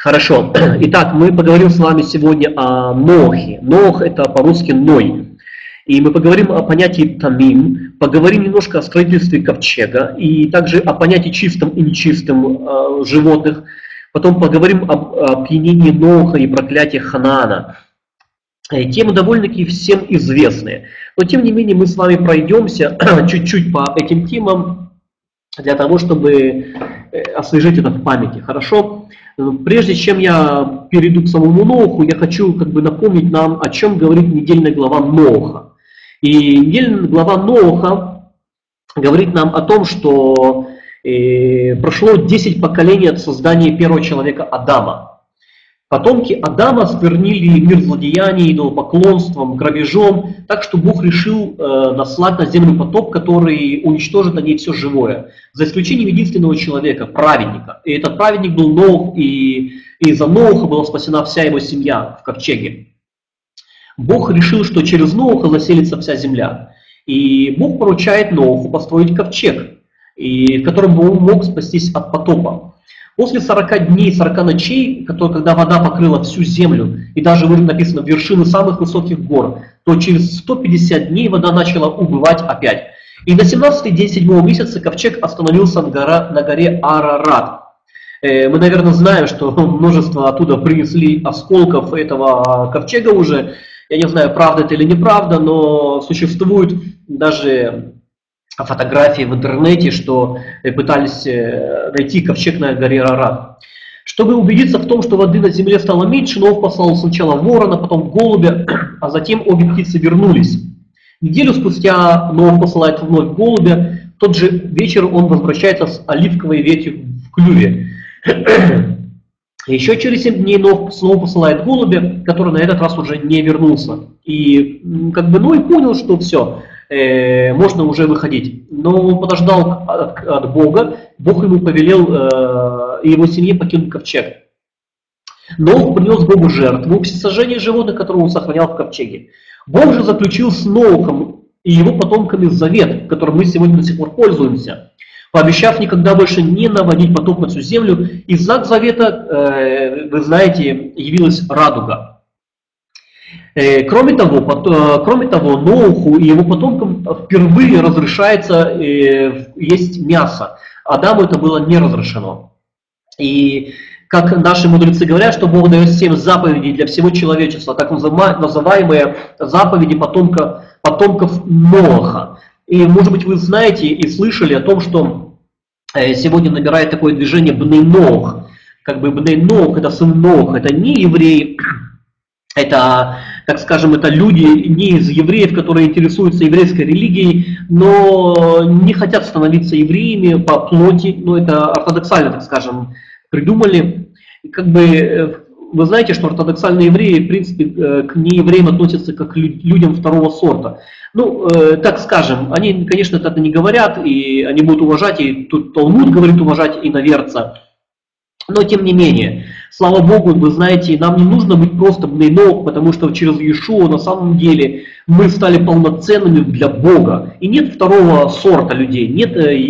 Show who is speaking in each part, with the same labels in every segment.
Speaker 1: Хорошо. Итак, мы поговорим с вами сегодня о Ноахе. Ноах — это по-русски Ной. И мы поговорим о понятии тамим, поговорим немножко о строительстве ковчега, и также о понятии чистом и нечистом животных. Потом поговорим об опьянении Ноаха и проклятии Ханаана. Темы довольно-таки всем известные. Но тем не менее мы с вами пройдемся чуть-чуть по этим темам для того, чтобы освежить это в памяти. Хорошо? Прежде чем я перейду к самому Ноаху, я хочу напомнить нам, о чем говорит недельная глава Ноаха. И недельная глава Ноаха говорит нам о том, что прошло 10 поколений от создания первого человека Адама. Потомки Адама сквернили мир злодеяний, идолопоклонством, грабежом, так что Бог решил наслать на землю потоп, который уничтожит на ней все живое, за исключением единственного человека, праведника. И этот праведник был Ноах, и из-за Ноаха была спасена вся его семья в ковчеге. Бог решил, что через Ноаха заселится вся земля. И Бог поручает Ноаху построить ковчег, в котором он мог спастись от потопа. После 40 дней, 40 ночей, когда вода покрыла всю землю, и даже написано вершины самых высоких гор, то через 150 дней вода начала убывать опять. И на 17-й день 7-го месяца ковчег остановился на горе Арарат. Мы, наверное, знаем, что множество оттуда принесли осколков этого ковчега уже. Я не знаю, правда это или неправда, но существуют даже фотографии в интернете, что пытались найти ковчег на горе Арарат. Чтобы убедиться в том, что воды на земле стало меньше, Ноах послал сначала ворона, потом голубя, а затем обе птицы вернулись. Неделю спустя Ноах посылает вновь голубя. В тот же вечер он возвращается с оливковой ветью в клюве. Еще через 7 дней Ноах снова посылает голубя, который на этот раз уже не вернулся. И Ной понял, что все, можно уже выходить. Но он подождал от Бога, Бог ему повелел и его семье покинуть ковчег. Ноах принес Богу жертву, всесожжение животных, которые он сохранял в ковчеге. Бог же заключил с Ноахом и его потомками завет, которым мы сегодня до сих пор пользуемся, пообещав никогда больше не наводить потоп на всю землю. И в знак завета, вы знаете, явилась радуга. Кроме того, Ноаху и его потомкам впервые разрешается есть мясо. Адаму это было не разрешено. И как наши мудрецы говорят, что Бог дает 7 заповедей для всего человечества, так называемые заповеди потомков Ноаха. И, может быть, вы знаете и слышали о том, что сегодня набирает такое движение Бней Ноах. Бней Ноах — это сын Ноаха, это не евреи, это, так скажем, это люди не из евреев, которые интересуются еврейской религией, но не хотят становиться евреями по плоти, но это ортодоксально, так скажем, придумали. Вы знаете, что ортодоксальные евреи, в принципе, к неевреям относятся как к людям второго сорта. Так скажем, они, конечно, это не говорят, и они будут уважать, и тут Талмуд говорит уважать иноверца. Но тем не менее, слава Богу, вы знаете, нам не нужно быть просто Бней Ноах, потому что через Иешуа на самом деле мы стали полноценными для Бога. И нет второго сорта людей, нет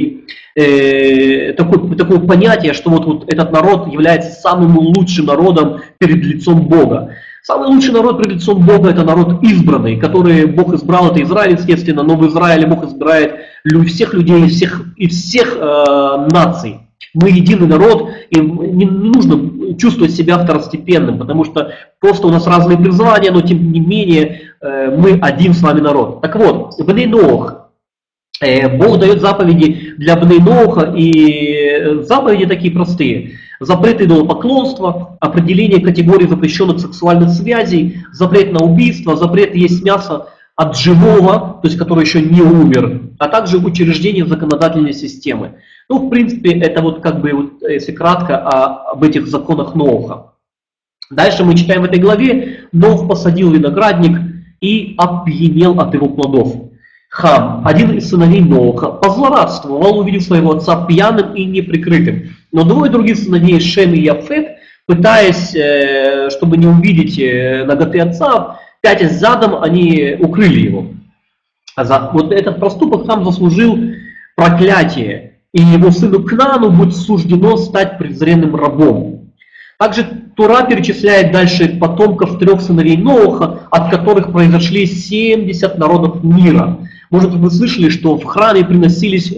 Speaker 1: такого понятия, что вот этот народ является самым лучшим народом перед лицом Бога. Самый лучший народ перед лицом Бога — это народ избранный, который Бог избрал, это Израиль, естественно, но в Израиле Бог избирает всех людей и всех наций. Мы единый народ, и не нужно чувствовать себя второстепенным, потому что просто у нас разные призвания, но тем не менее мы один с вами народ. Так вот, Бней Ноах. Бог дает заповеди для Бней Ноаха, и заповеди такие простые. Запрет идолопоклонства, определение категорий запрещенных сексуальных связей, запрет на убийство, запрет есть мясо от живого, то есть который еще не умер, а также учреждение законодательной системы. В принципе, это если кратко об этих законах Ноаха. Дальше мы читаем в этой главе: Ноах посадил виноградник и опьянел от его плодов. Хам, один из сыновей Ноаха, позлорадствовал, увидев своего отца пьяным и неприкрытым. Но двое других сыновей, Шем и Яфет, пытаясь, чтобы не увидеть наготы отца, пятясь задом, они укрыли его. Вот этот проступок Хам заслужил проклятие, и его сыну Кнаану будет суждено стать презренным рабом. Также Тора перечисляет дальше потомков 3 сыновей Ноаха, от которых произошли 70 народов мира. Может, вы слышали, что в храме приносились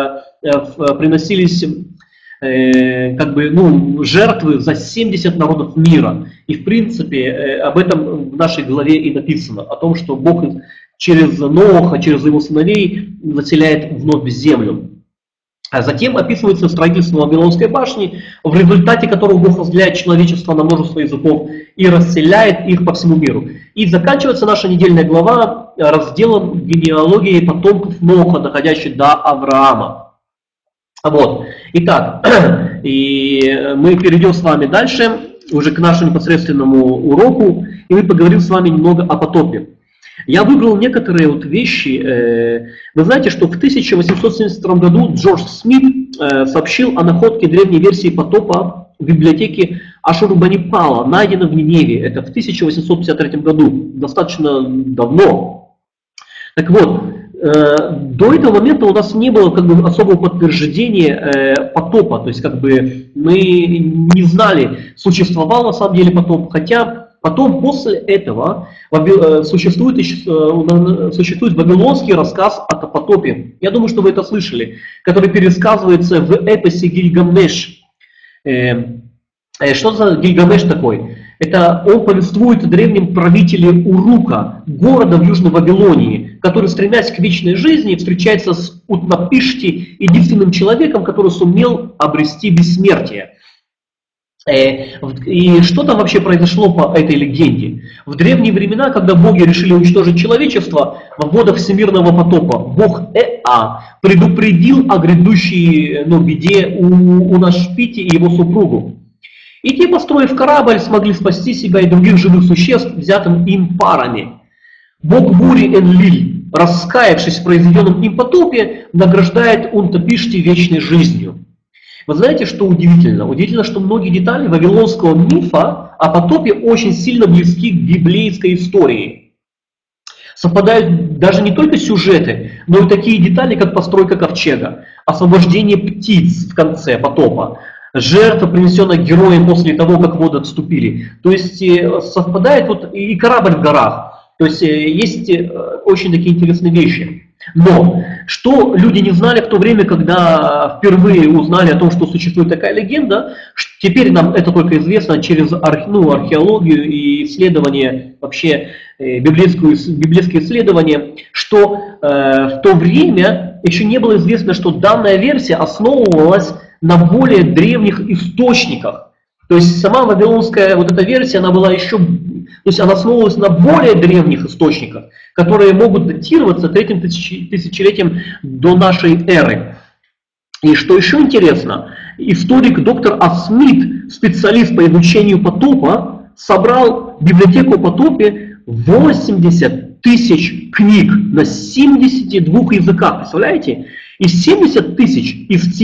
Speaker 1: жертвы за 70 народов мира. И в принципе об этом в нашей главе и написано, о том, что Бог через Ноаха, через его сыновей заселяет вновь землю. А затем описывается строительство Вавилонской башни, в результате которого Бог разделяет человечество на множество языков и расселяет их по всему миру. И заканчивается наша недельная глава разделом генеалогии потомков Ноаха, доходящей до Авраама. Вот. Итак, и мы перейдем с вами дальше, уже к нашему непосредственному уроку, и мы поговорим с вами немного о потопе. Я выбрал некоторые вы знаете, что в 1872 году Джордж Смит сообщил о находке древней версии потопа в библиотеке Ашурбанипала, найденной в Ниневии. Это в 1853 году, достаточно давно. Так вот, до этого момента у нас не было особого подтверждения потопа, то есть мы не знали, существовал на самом деле потоп, хотя потом после этого существует вавилонский рассказ о потопе. Я думаю, что вы это слышали, который пересказывается в эпосе Гильгамеш. Что за Гильгамеш такой? Это он повествует о древнем правителе Урука, города в Южной Вавилонии, который, стремясь к вечной жизни, встречается с Утнапишти, единственным человеком, который сумел обрести бессмертие. И что там вообще произошло по этой легенде? В древние времена, когда боги решили уничтожить человечество, в водах всемирного потопа бог Эа предупредил о грядущей беде у Нашпити и его супругу. И те, построив корабль, смогли спасти себя и других живых существ, взятым им парами. Бог бури Энлиль, раскаявшись в произведенном им потопе, награждает Унтапишти вечной жизнью. Вы знаете, что удивительно? Удивительно, что многие детали вавилонского мифа о потопе очень сильно близки к библейской истории. Совпадают даже не только сюжеты, но и такие детали, как постройка ковчега, освобождение птиц в конце потопа, жертва, принесенная героем после того, как воды отступили. То есть совпадает и корабль в горах. То есть есть очень такие интересные вещи. Но что люди не знали в то время, когда впервые узнали о том, что существует такая легенда, теперь нам это только известно через археологию и исследования, вообще библейские исследования, что в то время еще не было известно, что данная версия основывалась на более древних источниках. То есть сама вавилонская эта версия, она была еще, то есть она основывалась на более древних источниках, которые могут датироваться 3-м тысячелетием до нашей эры. И что еще интересно, историк доктор Асмит, специалист по изучению потопа, собрал в библиотеку о потопе 80 тысяч книг на 72 языках, представляете? И 70 тысяч из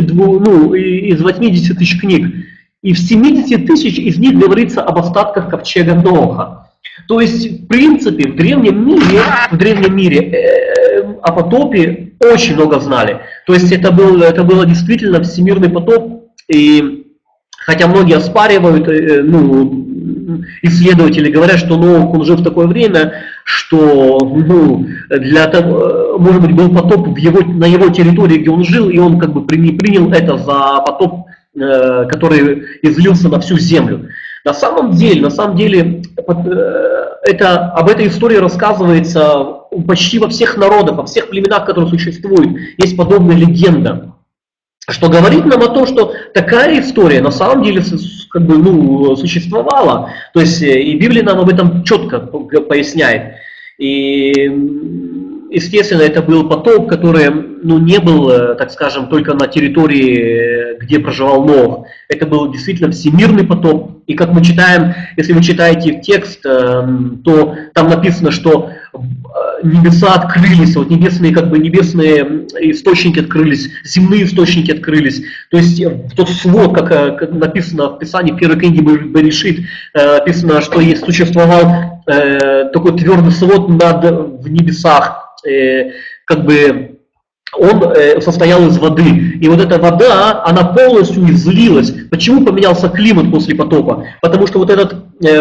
Speaker 1: 80 тысяч книг, и в 70 тысяч из них говорится об остатках ковчега Ноаха. То есть, в принципе, в древнем мире о потопе очень много знали. То есть это было действительно всемирный потоп, и хотя многие оспаривают, исследователи говорят, что Ноах, он жил в такое время, что, может быть, был потоп на его территории, где он жил, и он принял это за потоп, который излился на всю землю. На самом деле, об этой истории рассказывается почти во всех народах, во всех племенах, которые существуют. Есть подобная легенда, что говорит нам о том, что такая история на самом деле существовала. То есть и Библия нам об этом четко поясняет. И, естественно, это был потоп, который не был, так скажем, только на территории, где проживал Ноах. Это был действительно всемирный потоп. И как мы читаем, если вы читаете текст, то там написано, что небеса открылись, небесные источники открылись, земные источники открылись. То есть тот свод, как написано в Писании, в первой книге Берешит, написано, что существовал такой твердый свод в небесах, он состоял из воды. И вот эта вода, она полностью излилась. Почему поменялся климат после потопа? Потому что вот этот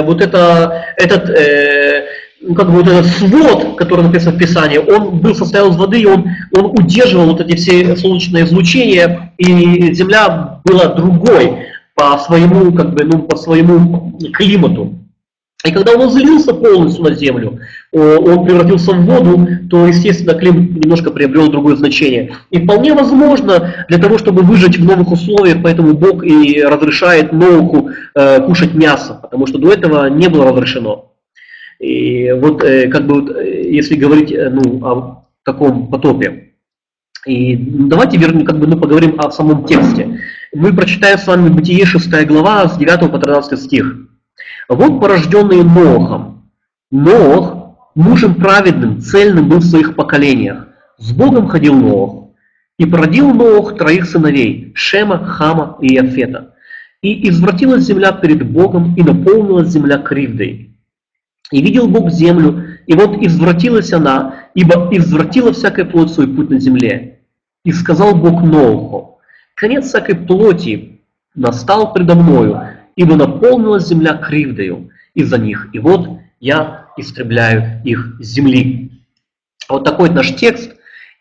Speaker 1: свод, который написан в Писании, он состоял из воды, и он удерживал вот эти все солнечные излучения, и земля была другой по своему, по своему климату. И когда он залился полностью на землю, он превратился в воду, то, естественно, климат немножко приобрел другое значение. И вполне возможно, для того, чтобы выжить в новых условиях, поэтому Бог и разрешает Ноаху кушать мясо, потому что до этого не было разрешено. И вот, если говорить о таком потопе. И давайте поговорим о самом тексте. Мы прочитаем с вами Бытие 6 глава с 9 по 13 стих. «Вот порожденные Ноахом. Ноах мужем праведным, цельным был в своих поколениях. С Богом ходил Ноах. И породил Ноах 3 сыновей, Шема, Хама и Иафета. И извратилась земля перед Богом, и наполнилась земля кривдой. И видел Бог землю, и вот извратилась она, ибо извратила всякая плоть свой путь на земле. И сказал Бог Ноаху: конец всякой плоти настал предо мною, ибо наполнилась земля кривдою из-за них, и вот я истребляю их с земли». Вот такой наш текст.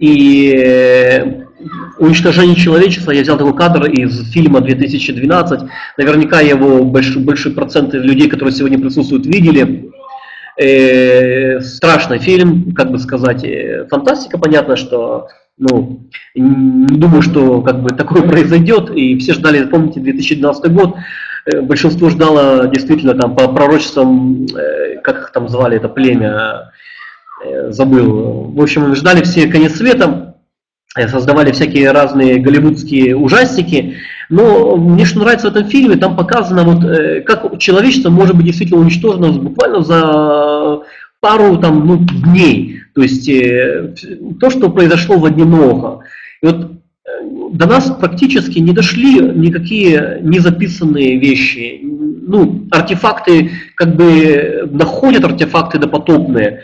Speaker 1: И уничтожение человечества, я взял такой кадр из фильма 2012, наверняка его большой процент людей, которые сегодня присутствуют, видели. Страшный фильм, фантастика, понятно, что, не думаю, что такое произойдет, и все ждали, помните, 2012 год, большинство ждало действительно там по пророчествам, как их там звали, это племя, забыл, в общем, ждали все конец света, создавали всякие разные голливудские ужастики. Но мне что нравится в этом фильме, там показано, как человечество может быть действительно уничтожено буквально за пару дней. То есть то, что произошло в дни Ноаха. И вот до нас практически не дошли никакие незаписанные вещи. Артефакты находят артефакты допотопные.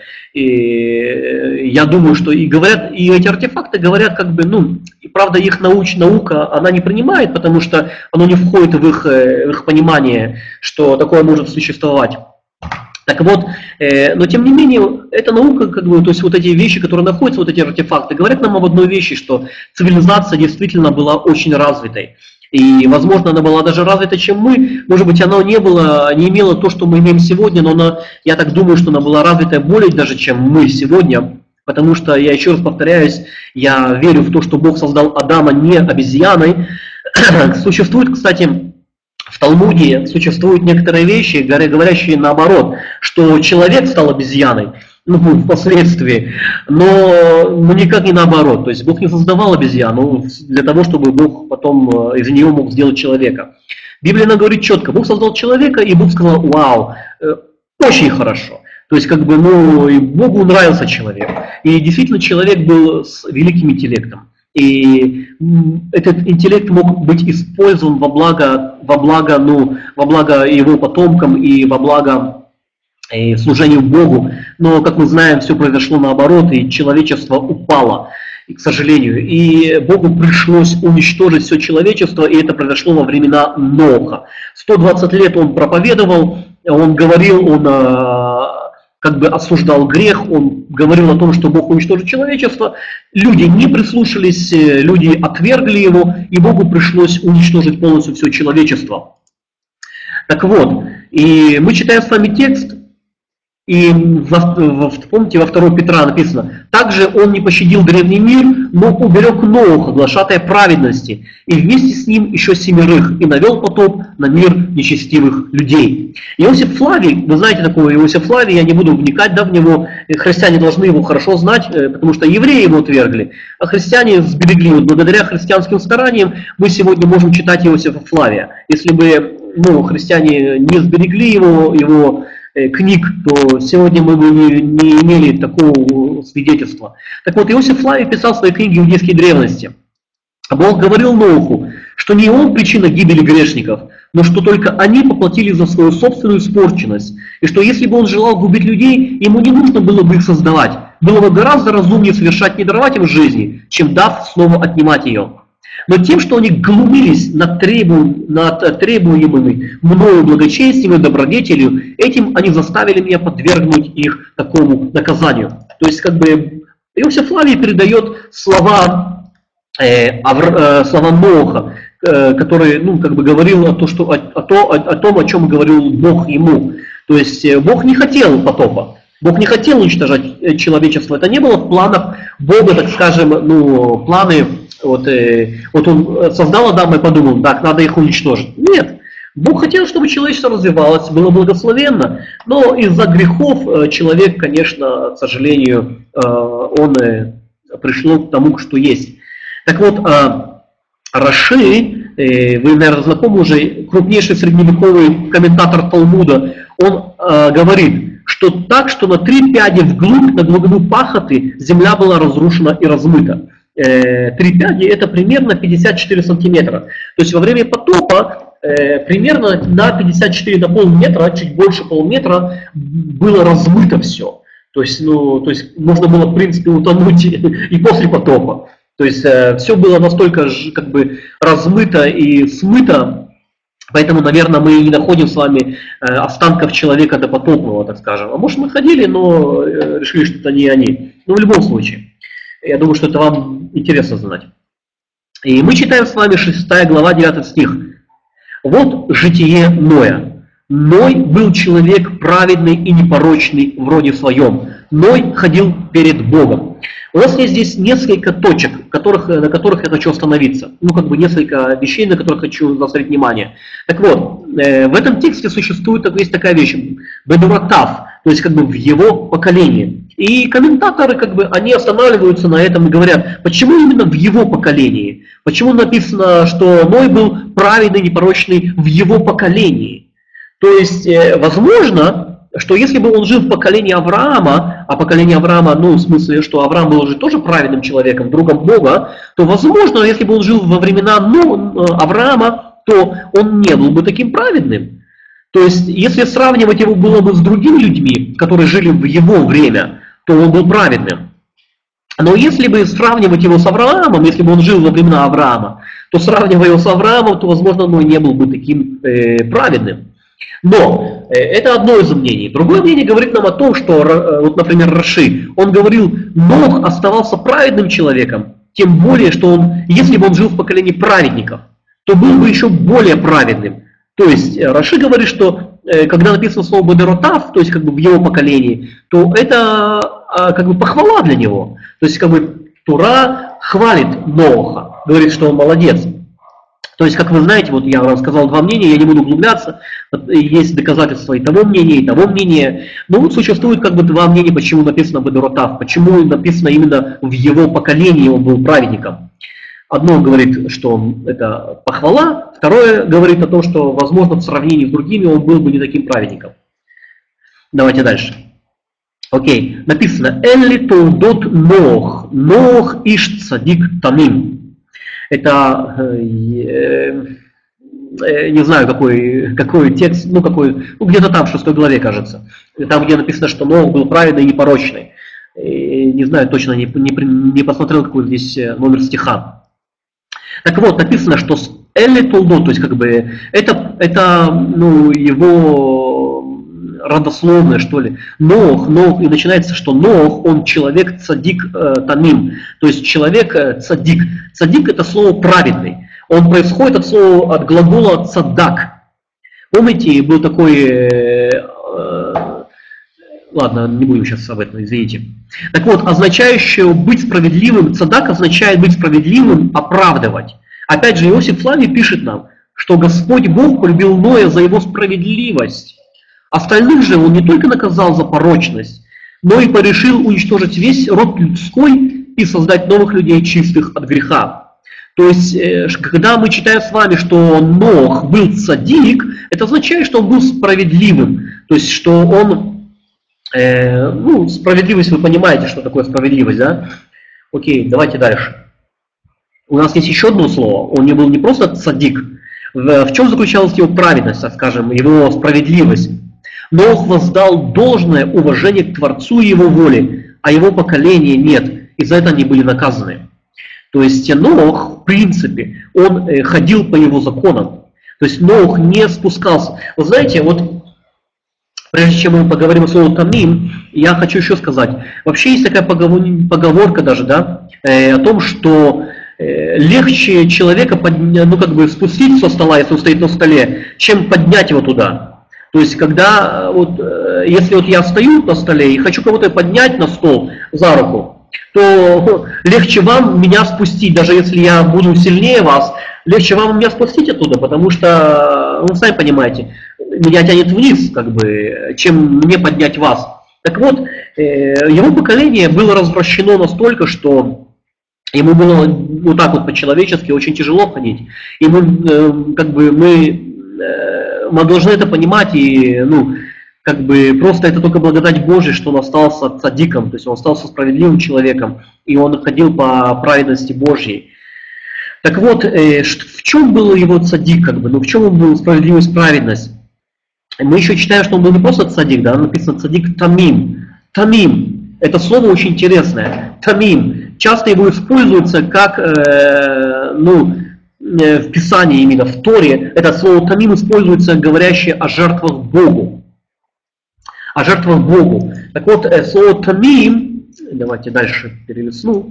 Speaker 1: И я думаю, что и эти артефакты говорят, и правда их наука, она не принимает, потому что оно не входит в их понимание, что такое может существовать. Так вот, но тем не менее, эта наука, то есть вот эти вещи, которые находятся, вот эти артефакты, говорят нам об одной вещи, что цивилизация действительно была очень развитой. И, возможно, она была даже развита, чем мы. Может быть, она не имела то, что мы имеем сегодня, но я так думаю, что она была развита более даже, чем мы сегодня. Потому что, я еще раз повторяюсь, я верю в то, что Бог создал Адама не обезьяной. Существует, кстати, в Талмуде существуют некоторые вещи, говорящие наоборот, что человек стал обезьяной. Впоследствии, но никак не наоборот. То есть Бог не создавал обезьяну для того, чтобы Бог потом из нее мог сделать человека. Библия говорит четко: Бог создал человека, и Бог сказал: вау, очень хорошо. То есть и Богу нравился человек. И действительно человек был с великим интеллектом. И этот интеллект мог быть использован во благо его потомкам и во благо и служению Богу, но, как мы знаем, все произошло наоборот, и человечество упало, к сожалению. И Богу пришлось уничтожить все человечество, и это произошло во времена Ноаха. 120 лет он проповедовал, он говорил, он осуждал грех, он говорил о том, что Бог уничтожит человечество. Люди не прислушались, люди отвергли его, и Богу пришлось уничтожить полностью все человечество. Так вот, и мы читаем с вами текст. И помните, во 2 Петра написано: «Также он не пощадил древний мир, но уберег Ноаха, глашатая праведности, и вместе с ним еще 7, и навел потоп на мир нечестивых людей». Иосиф Флавий, вы знаете такого Иосифа Флавия, я не буду вникать в него, христиане должны его хорошо знать, потому что евреи его отвергли, а христиане сберегли. Благодаря христианским стараниям мы сегодня можем читать Иосифа Флавия. Если бы христиане не сберегли его книг, то сегодня мы бы не имели такого свидетельства. Так вот, Иосиф Флавий писал в своей книге «Иудейские древности». Бог говорил Ноаху, что не он причина гибели грешников, но что только они поплатили за свою собственную испорченность, и что если бы он желал губить людей, ему не нужно было бы их создавать. Было бы гораздо разумнее совершать, не даровать им жизни, чем дав, снова отнимать ее. Но тем, что они глумились над требуемыми мною благочестием и добродетелью, этим они заставили меня подвергнуть их такому наказанию. То есть, как бы, Иосиф Флавий передает слова Ноха, который, ну, как бы говорил о том, о чем говорил Бог ему. То есть, Бог не хотел потопа. Бог не хотел уничтожать человечество. Это не было в планах Бога, так скажем, ну, планы. Вот он создал Адама и подумал, так, надо их уничтожить. Нет, Бог хотел, чтобы человечество развивалось, было благословенно, но из-за грехов человек, конечно, к сожалению, он пришел к тому, что есть. Так вот, Раши, вы, наверное, знакомы уже, крупнейший средневековый комментатор Талмуда, он говорит, что так, что на 3 пяди вглубь, на глубину пахоты, земля была разрушена и размыта. 3 пяди это примерно 54 сантиметра. То есть во время потопа примерно на 54 на полметра, чуть больше полметра было размыто все. То есть можно было, в принципе, утонуть и после потопа. То есть все было настолько как бы размыто и смыто, поэтому, наверное, мы не находим с вами останков человека допотопного, так скажем. А может, мы ходили, но решили, что это не они. Но в любом случае. Я думаю, что это вам интересно знать. И мы читаем с вами 6 глава, 9 стих. Вот житие Ноя. Ной был человек праведный и непорочный в роде своем. Ной ходил перед Богом. У нас есть здесь несколько точек, на которых я хочу остановиться. Ну, как бы несколько вещей, на которых хочу заострить внимание. Так вот, в этом тексте есть такая вещь. Бедуратав, то есть как бы в его поколении. И комментаторы, как бы, они останавливаются на этом и говорят, почему именно в его поколении? Почему написано, что Ной был праведный, непорочный в его поколении? То есть, возможно, что если бы он жил в поколении Авраама, а поколение Авраама, ну, в смысле, что Авраам был уже тоже праведным человеком, другом Бога, то, возможно, если бы он жил во времена Авраама, то он не был бы таким праведным. То есть, если сравнивать его было бы с другими людьми, которые жили в его время, то он был праведным. Но если бы сравнивать его с Авраамом, если бы он жил во времена Авраама, то сравнивая его с Авраамом, то, возможно, он не был бы таким праведным. Но это одно из мнений. Другое мнение говорит нам о том, что, вот, например, Раши, он говорил, Нох оставался праведным человеком, тем более, что если бы он жил в поколении праведников, то был бы еще более праведным. То есть Раши говорит, что когда написано слово «бедеротав», то есть как бы в его поколении, то это как бы похвала для него. То есть как бы Тура хвалит Ноха, говорит, что он молодец. То есть, как вы знаете, вот я рассказал 2 мнения, я не буду углубляться, есть доказательства и того мнения, и того мнения. Но вот существует как бы 2 мнения, почему написано «бедеротав», почему написано именно в его поколении он был праведником. Одно говорит, что это похвала, второе говорит о том, что, возможно, в сравнении с другими он был бы не таким праведником. Давайте дальше. Окей, написано «Элли толдот Нох, Нох иш цадик тамим». Это, не знаю, какой текст, где-то там, в 6 главе, кажется. Там, где написано, что Нох был праведный и непорочный. Не знаю, точно не посмотрел, какой здесь номер стиха. Так вот, написано, что Элли толдот, то есть как бы это его родословное, что ли. Нох, и начинается, что Нох, он человек цадик тамим, то есть человек цадик. Цадик это слово праведный. Он происходит от глагола цадак. Помните, был такой, ладно, не будем сейчас об этом, извините. Так вот, означающее быть справедливым, цадак означает быть справедливым, оправдывать. Опять же, Иосиф Флавий пишет нам, что Господь Бог полюбил Ноя за его справедливость. Остальных же он не только наказал за порочность, но и порешил уничтожить весь род людской и создать новых людей, чистых от греха. То есть, когда мы читаем с вами, что Нох был цадик, это означает, что он был справедливым. То есть, что он, справедливость, вы понимаете, что такое справедливость, да? Окей, давайте дальше. У нас есть еще одно слово. Он не был не просто цадик. В чем заключалась его праведность, так скажем, его справедливость? Нох воздал должное уважение к Творцу и его воле, а его поколения нет, и за это они были наказаны. То есть Нох, в принципе, он ходил по его законам. То есть Нох не спускался. Вы знаете, вот прежде чем мы поговорим о слове «тамим», я хочу еще сказать. Вообще есть такая поговорка даже, да, о том, что легче человека спустить со стола, если он стоит на столе, чем поднять его туда. То есть, когда, если я стою на столе и хочу кого-то поднять на стол за руку, то легче вам меня спустить, даже если я буду сильнее вас, легче вам меня спустить оттуда, потому что, вы сами понимаете, меня тянет вниз, чем мне поднять вас. Так вот, его поколение было развращено настолько, что ему было вот так вот по-человечески очень тяжело ходить. И мы должны это понимать, и просто это только благодать Божия, что он остался цадиком, то есть он остался справедливым человеком, и он ходил по праведности Божьей. Так вот, в чем был его цадик, в чем он был справедливость, праведность? Мы еще читаем, что он был не просто цадик, да, написано цадик тамим. Тамим, это слово очень интересное, тамим. Часто его используется как, в Писании именно, в Торе, это слово тамим используется, говорящее о жертвах Богу. О жертвах Богу. Так вот, слово тамим, давайте дальше перелистну.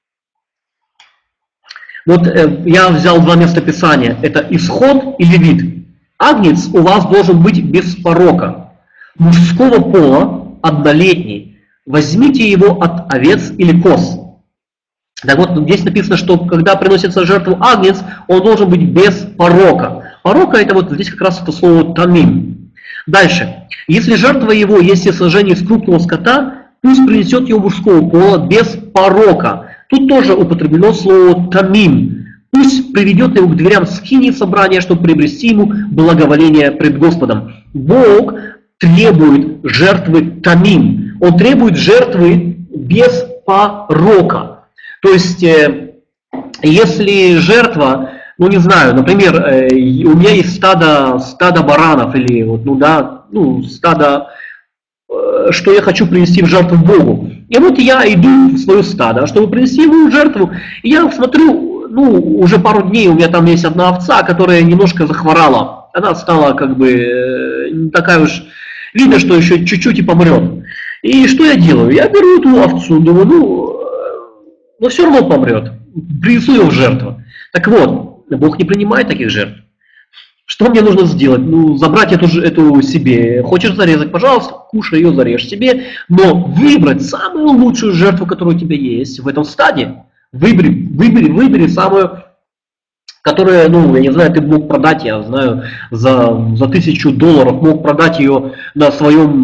Speaker 1: Вот я взял два места Писания, это Исход и Левит. Агнец у вас должен быть без порока, мужского пола, однолетний. Возьмите его от овец или коз. Так вот, здесь написано, что когда приносится жертву агнец, он должен быть без порока. Порока это вот здесь как раз это слово тамим. Дальше. Если жертва его есть сожжение из крупного скота, пусть принесет его мужского пола без порока. Тут тоже употреблено слово тамим. Пусть приведет его к дверям скинии собрания, чтобы приобрести ему благоволение пред Господом. Бог требует жертвы тамим. Он требует жертвы без порока. То есть, если жертва, например, у меня есть стадо баранов или стадо, что я хочу принести в жертву Богу. И вот я иду в свое стадо, чтобы принести ему в жертву, и я смотрю, уже пару дней у меня там есть одна овца, которая немножко захворала. Она стала такая уж, видно, что еще чуть-чуть и помрет. И что я делаю? Я беру эту овцу, думаю, но все равно помрет. Принесу ее в жертву. Так вот, Бог не принимает таких жертв. Что мне нужно сделать? Забрать эту себе. Хочешь зарезать, пожалуйста, кушай ее, зарежь себе. Но выбрать самую лучшую жертву, которая у тебя есть в этом стаде. Выбери самую, которая, я не знаю, ты мог продать, я знаю, за $1000 мог продать ее на в своем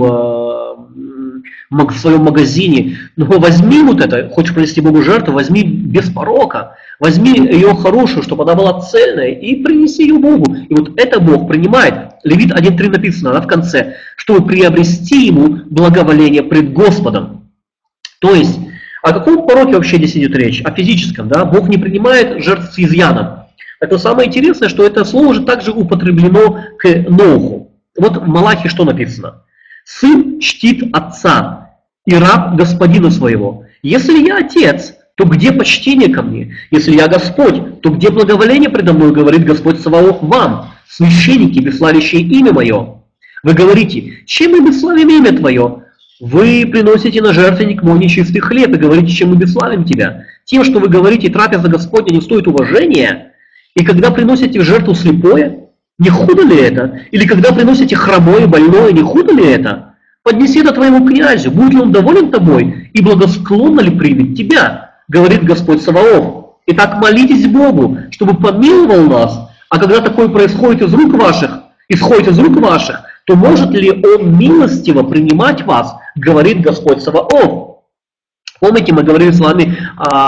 Speaker 1: магазине. Но возьми вот это, хочешь принести Богу жертву, возьми без порока, возьми ее хорошую, чтобы она была цельная, и принеси ее Богу. И вот это Бог принимает. Левит 1.3 написано, в конце, чтобы приобрести ему благоволение пред Господом. То есть, о каком пороке вообще здесь идет речь? О физическом, да? Бог не принимает жертв с изъяном. Это самое интересное, что это слово же также употреблено к Ноху. Вот в Малахии что написано? «Сын чтит отца, и раб господина своего. Если я отец, то где почтение ко мне? Если я Господь, то где благоволение предо мной, говорит Господь Саваоф вам, священники, бесславящие имя мое? Вы говорите, чем мы бесславим имя твое? Вы приносите на жертвенник мой нечистый хлеб и говорите, чем мы бесславим тебя. Тем, что вы говорите, трапеза Господня не стоит уважения, и когда приносите в жертву слепое, не худо ли это? Или когда приносите хромое, больное, не худо ли это? Поднеси это твоему князю, будет ли он доволен тобой, и благосклонно ли примет тебя, говорит Господь Саваоф. Итак, молитесь Богу, чтобы помиловал нас, а когда такое происходит исходит из рук ваших, то может ли он милостиво принимать вас, говорит Господь Саваоф. Помните, мы говорили с вами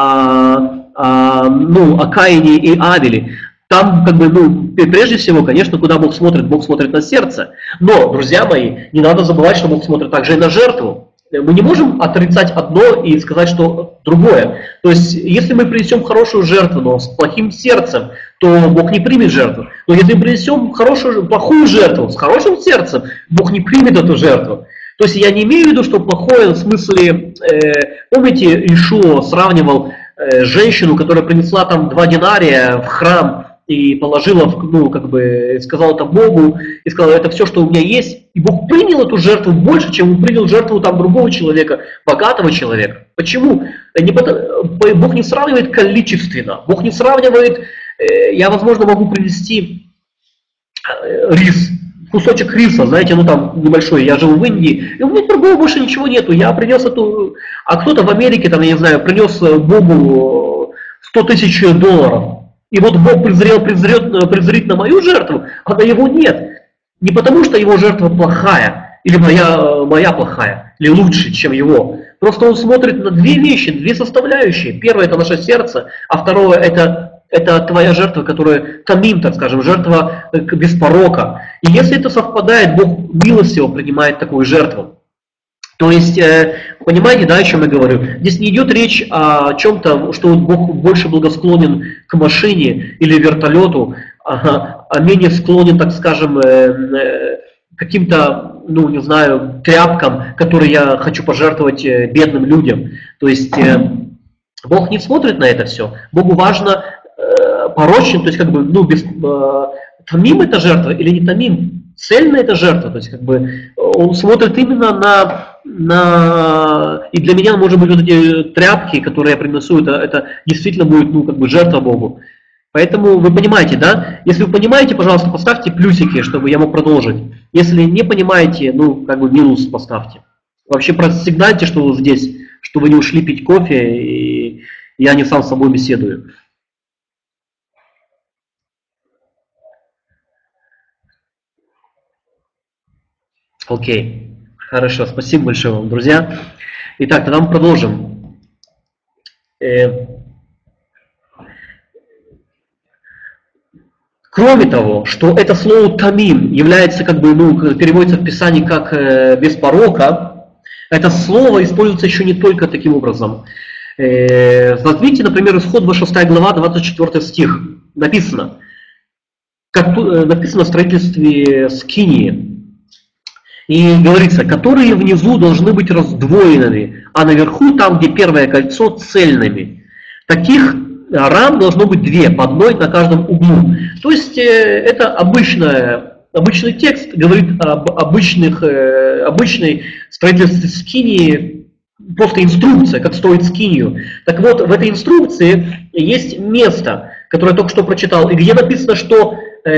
Speaker 1: о Каине и Авеле. Там, прежде всего, конечно, куда Бог смотрит на сердце. Но, друзья мои, не надо забывать, что Бог смотрит также и на жертву. Мы не можем отрицать одно и сказать, что другое. То есть, если мы принесем хорошую жертву, но с плохим сердцем, то Бог не примет жертву. Но если мы принесем плохую жертву с хорошим сердцем, Бог не примет эту жертву. То есть, я не имею в виду, что плохое в смысле, помните, Иешуа сравнивал женщину, которая принесла там 2 динария в храм и положила, ну, как бы, сказала это Богу, и сказала, это все, что у меня есть, и Бог принял эту жертву больше, чем он принял жертву там другого человека, богатого человека. Почему? Бог не сравнивает количественно, Бог не сравнивает, я, возможно, могу принести рис, кусочек риса, знаете, ну там небольшой, я живу в Индии, и у меня другого больше ничего нету, я принес эту, а кто-то в Америке, там, я не знаю, принес Богу 100 тысяч долларов, и вот Бог презрит на мою жертву, а на его нет, не потому что его жертва плохая, или моя плохая, или лучше, чем его, просто он смотрит на 2 вещи, 2 составляющие, первое это наше сердце, а второе это твоя жертва, которая тамим, так скажем, жертва без порока. И если это совпадает, Бог милостиво принимает такую жертву. То есть, понимаете, да, о чем я говорю? Здесь не идет речь о чем-то, что Бог больше благосклонен к машине или вертолету, а менее склонен, так скажем, каким-то, ну, не знаю, тряпкам, которые я хочу пожертвовать бедным людям. То есть, Бог не смотрит на это все. Богу важно порочным, то есть как бы, ну, тамим это жертва или не тамим, цельная это жертва, то есть как бы он смотрит именно и для меня, может быть, вот эти тряпки, которые я принесу, это действительно будет, ну, как бы жертва Богу. Поэтому вы понимаете, да? Если вы понимаете, пожалуйста, поставьте плюсики, чтобы я мог продолжить. Если не понимаете, ну, как бы минус поставьте. Вообще просигнальте, что вы здесь, что вы не ушли пить кофе, и я не сам с собой беседую. Окей, хорошо, спасибо большое вам, друзья. Итак, тогда мы продолжим. Кроме того, что это слово «тамим» является, как бы, ну, переводится в Писании как «без порока», это слово используется еще не только таким образом. Смотрите, например, Исход 26 глава, 24 стих. Написано о строительстве скинии. И говорится, которые внизу должны быть раздвоенными, а наверху, там, где первое кольцо, цельными. Таких рам должно быть 2, по одной на каждом углу. То есть это обычный текст, говорит об обычной строительстве скинии, просто инструкция, как строить скинию. Так вот, в этой инструкции есть место, которое я только что прочитал, и где написано, что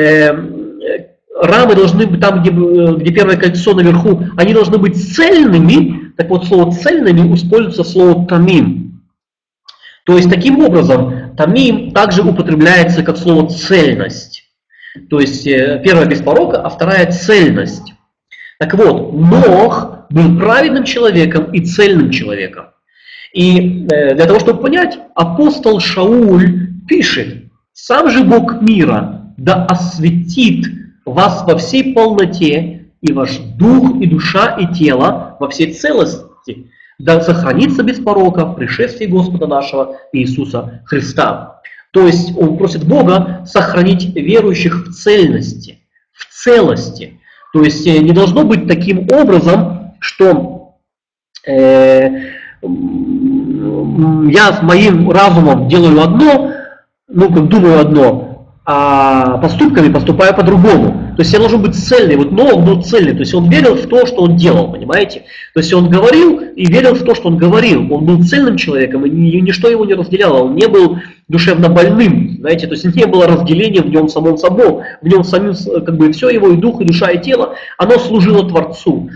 Speaker 1: рамы должны быть там, где первое кольцо наверху, они должны быть цельными. Так вот, слово «цельными» используется слово «тамим». То есть, таким образом, «тамим» также употребляется как слово «цельность». То есть, первая без порока, а вторая «цельность». Так вот, Нох был праведным человеком и цельным человеком. И для того, чтобы понять, апостол Шауль пишет: «Сам же Бог мира да осветит вас во всей полноте, и ваш дух, и душа, и тело во всей целости, да сохранится без порока в пришествии Господа нашего Иисуса Христа». То есть он просит Бога сохранить верующих в цельности, в целости. То есть не должно быть таким образом, что я с моим разумом делаю одно, ну как думаю одно, а поступками поступаю по-другому. То есть я должен быть цельный. Вот Ноах был цельный. То есть он верил в то, что он делал, понимаете? То есть он говорил и верил в то, что он говорил. Он был цельным человеком, и ничто его не разделяло. Он не был душевно больным, знаете, то есть не было разделения в нем самом собой. В нем самим, как бы, все его, и дух, и душа, и тело, оно служило Творцу.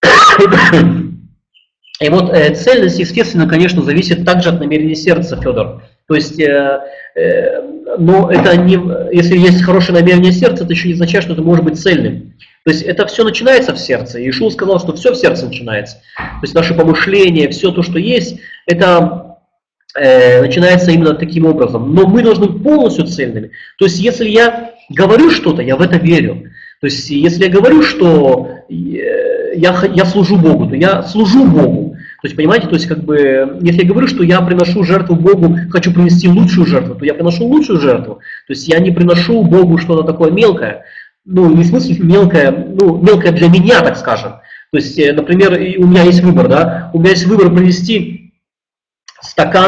Speaker 1: И вот цельность, естественно, конечно, зависит также от намерения сердца, Федор. То есть, но это не, если есть хорошее намерение сердца, это еще не означает, что это может быть цельным. То есть это все начинается в сердце. Иешуа сказал, что все в сердце начинается. То есть наши помышления, все то, что есть, это начинается именно таким образом. Но мы должны быть полностью цельными. То есть если я говорю что-то, я в это верю. То есть если я говорю, что я служу Богу, то я служу Богу. То есть, понимаете, то есть, как бы, если я говорю, что я приношу жертву Богу, хочу принести лучшую жертву, то я приношу лучшую жертву. То есть я не приношу Богу что-то такое мелкое, ну, не в смысле мелкое, ну, мелкое для меня, так скажем. То есть, например, у меня есть выбор, да, у меня есть выбор принести стакан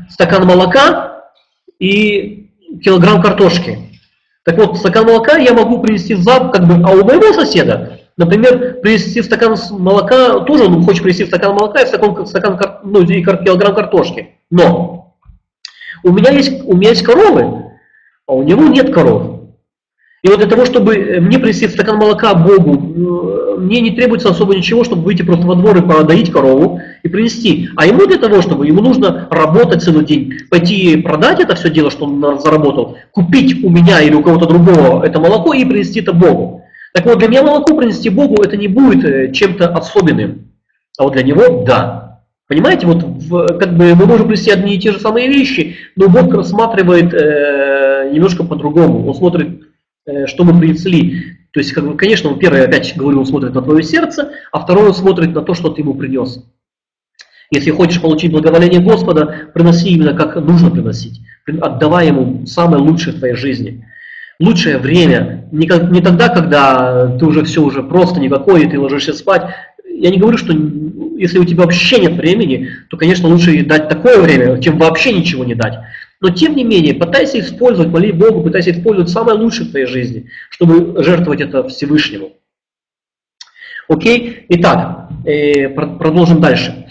Speaker 1: стакан молока и килограмм картошки. Так вот, стакан молока я могу принести как бы, а у моего соседа, например, принести стакан молока, тоже он хочет принести стакан молока и и килограмм картошки. Но у меня есть коровы, а у него нет коров. И вот для того, чтобы мне принести стакан молока Богу, мне не требуется особо ничего, чтобы выйти просто во двор и подоить корову и принести. А ему для того, чтобы ему нужно работать целый день, пойти продать это все дело, что он заработал, купить у меня или у кого-то другого это молоко и принести это Богу. Так вот, для меня молоко принести Богу это не будет чем-то особенным. А вот для него да. Понимаете, вот как бы мы можем принести одни и те же самые вещи, но Бог рассматривает немножко по-другому. Он смотрит, что мы принесли. То есть, конечно, он первый, опять говорю, он смотрит на твое сердце, а второй он смотрит на то, что ты ему принес. Если хочешь получить благоволение Господа, приноси именно как нужно приносить. Отдавай ему самое лучшее в твоей жизни. Лучшее время не тогда, когда ты уже все уже просто никакое, и ты ложишься спать. Я не говорю, что если у тебя вообще нет времени, то, конечно, лучше дать такое время, чем вообще ничего не дать. Но, тем не менее, пытайся использовать, моли Богу, пытайся использовать самое лучшее в твоей жизни, чтобы жертвовать это Всевышнему. Окей? Итак, продолжим дальше.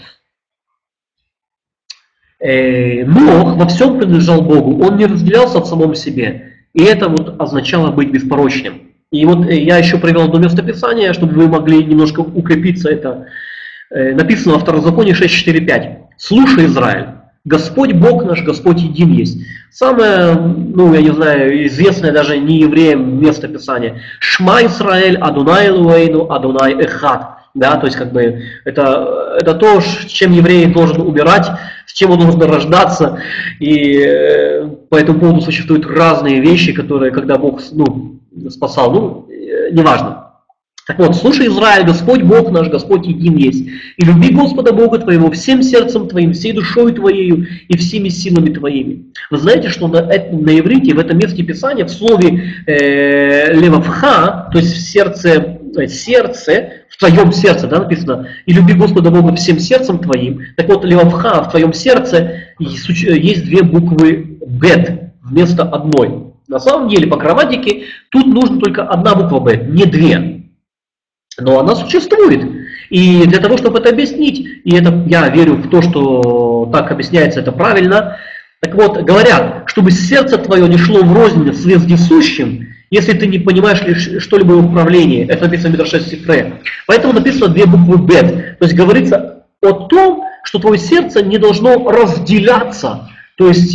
Speaker 1: Нох во всем принадлежал Богу, он не разделялся в самом себе. И это вот означало быть беспорочным. И вот я еще привел одно местописание, чтобы вы могли немножко укрепиться. Это написано во Второзаконии 6.4.5. «Слушай, Израиль, Господь Бог наш, Господь един есть». Самое, я не знаю, известное даже не евреям местописание. «Шма Исраэль, Адунай Элоэйну, Адунай Эхад». Да, то есть как бы это то, с чем еврей должен умирать, с чем он должен рождаться. И по этому поводу существуют разные вещи, которые, когда Бог спасал, неважно. Так вот, слушай, Израиль, Господь Бог наш, Господь един есть. И люби Господа Бога твоего всем сердцем твоим, всей душой твоею и всеми силами твоими. Вы знаете, что на иврите, в этом месте Писания, в слове левавха, то есть в сердце, в твоем сердце, да, написано, и люби Господа Бога всем сердцем твоим. Так вот, левавха, в твоем сердце есть две буквы бет вместо одной. На самом деле, по грамматике, тут нужно только одна буква бет, не две. Но она существует. И для того, чтобы это объяснить, и это я верю в то, что так объясняется, это правильно. Так вот, говорят, чтобы сердце твое не шло врознь с вездесущим, если ты не понимаешь лишь что-либо в управлении. Это написано в Мидраше Сифре. Поэтому написано две буквы бет. То есть говорится о том, что твое сердце не должно разделяться. То есть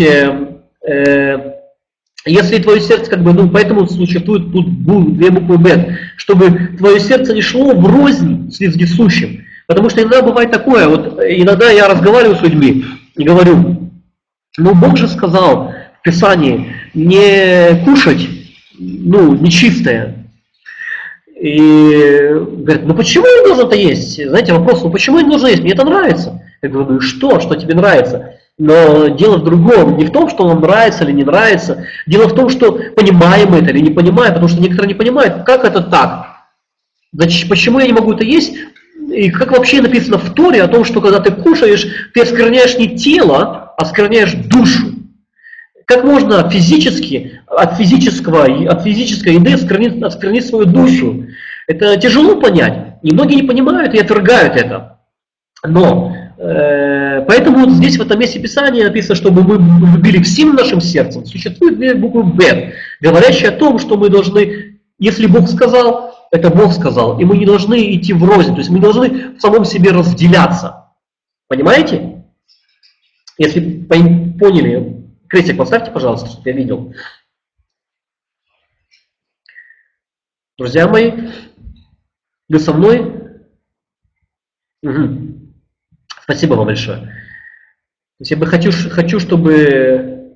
Speaker 1: если твое сердце, поэтому существует тут две буквы бет, чтобы твое сердце не шло врознь с вездесущим. Потому что иногда бывает такое, вот иногда я разговариваю с людьми и говорю, Бог же сказал в Писании не кушать, нечистое. И говорят, почему я должен это есть? Знаете, вопрос, почему я должен есть? Мне это нравится. Я говорю, что тебе нравится? Но дело в другом, не в том, что нам нравится или не нравится. Дело в том, что понимаем это или не понимаем, потому что некоторые не понимают, как это так. Значит, почему я не могу это есть? И как вообще написано в Торе о том, что когда ты кушаешь, ты оскверняешь не тело, а оскверняешь душу. Как можно от физической еды осквернить свою душу? Это тяжело понять. И многие не понимают и отвергают это. Но поэтому вот здесь в этом месте Писания написано, чтобы мы любили всем нашим сердцем. Существует две буквы «бет», говорящие о том, что мы должны, если Бог сказал, это Бог сказал, и мы не должны идти врознь, то есть мы не должны в самом себе разделяться. Понимаете? Если поняли, крестик поставьте, пожалуйста, чтобы я видел. Друзья мои, вы со мной? Угу. Спасибо вам большое. То есть я бы хочу, чтобы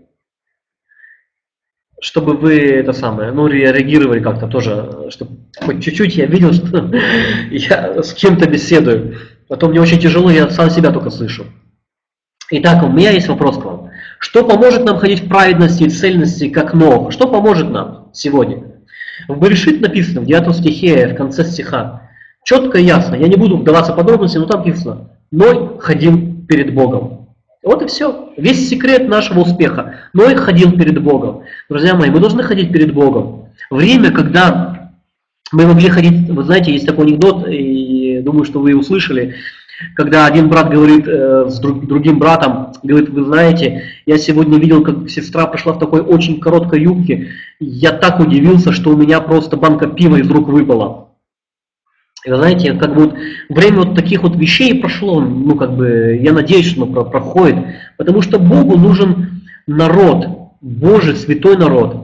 Speaker 1: вы реагировали как-то тоже, чтобы хоть чуть-чуть я видел, что я с кем-то беседую. А то мне очень тяжело, я сам себя только слышу. Итак, у меня есть вопрос к вам. Что поможет нам ходить в праведности и цельности, как Нох? Что поможет нам сегодня? В Берешит написано, в 9 стихе, в конце стиха, четко и ясно, я не буду вдаваться в подробности, но там написано, Ной ходил перед Богом. Вот и все. Весь секрет нашего успеха. Ной ходил перед Богом. Друзья мои, мы должны ходить перед Богом. Время, когда мы могли ходить, вы знаете, есть такой анекдот, и думаю, что вы услышали, когда один брат говорит с другим братом, говорит, вы знаете, я сегодня видел, как сестра пришла в такой очень короткой юбке, я так удивился, что у меня просто банка пива из рук выпала. И вы знаете, как бы вот время вот таких вот вещей прошло, ну как бы, я надеюсь, что оно проходит, потому что Богу нужен народ, Божий святой народ.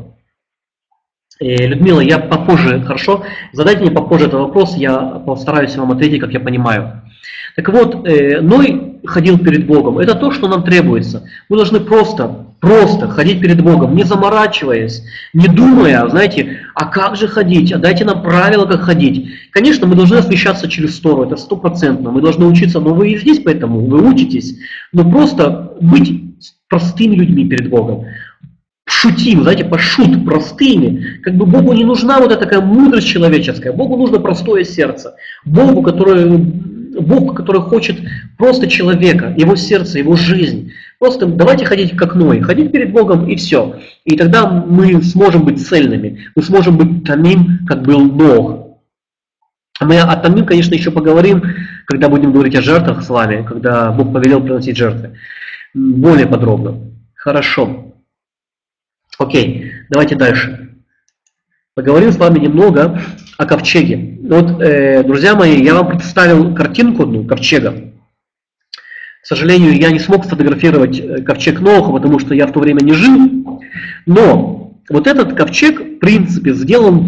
Speaker 1: Людмила, я попозже, хорошо? Задайте мне попозже этот вопрос, я постараюсь вам ответить, как я понимаю. Так вот, Ной ходил перед Богом. Это то, что нам требуется. Мы должны просто ходить перед Богом, не заморачиваясь, не думая, знаете, а как же ходить, а дайте нам правила, как ходить. Конечно, мы должны освящаться через Тору, это 100%. Мы должны учиться, но вы и здесь поэтому, вы учитесь. Но просто быть простыми людьми перед Богом. Шутим, знаете, пошут простыми. Как бы Богу не нужна вот эта такая мудрость человеческая. Богу нужно простое сердце. Бог, который хочет просто человека, его сердце, его жизнь. Просто давайте ходить как Ной, ходить перед Богом и все. И тогда мы сможем быть цельными, мы сможем быть тамим, как был Нох. Мы о тамим, конечно, еще поговорим, когда будем говорить о жертвах с вами, когда Бог повелел приносить жертвы. Более подробно. Хорошо. Окей, давайте дальше. Поговорим с вами немного о ковчеге. Вот, друзья мои, я вам представил картинку одну ковчега. К сожалению, я не смог сфотографировать ковчег Ноаха, потому что я в то время не жил. Но вот этот ковчег, в принципе, сделан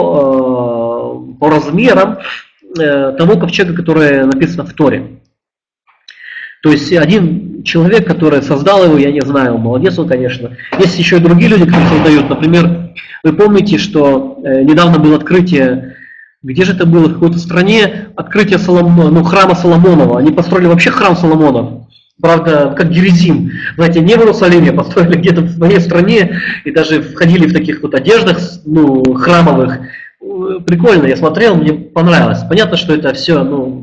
Speaker 1: по размерам того ковчега, который написано в Торе. То есть один человек, который создал его, я не знаю, молодец он, конечно. Есть еще и другие люди, которые создают. Например, вы помните, что недавно было открытие, где же это было, в какой-то стране, открытие храма Соломонова. Они построили вообще храм Соломонов. Правда, как Герезим. Знаете, не в Иерусалиме, построили где-то в своей стране, и даже входили в таких вот одеждах, храмовых. Прикольно, я смотрел, мне понравилось. Понятно, что это все,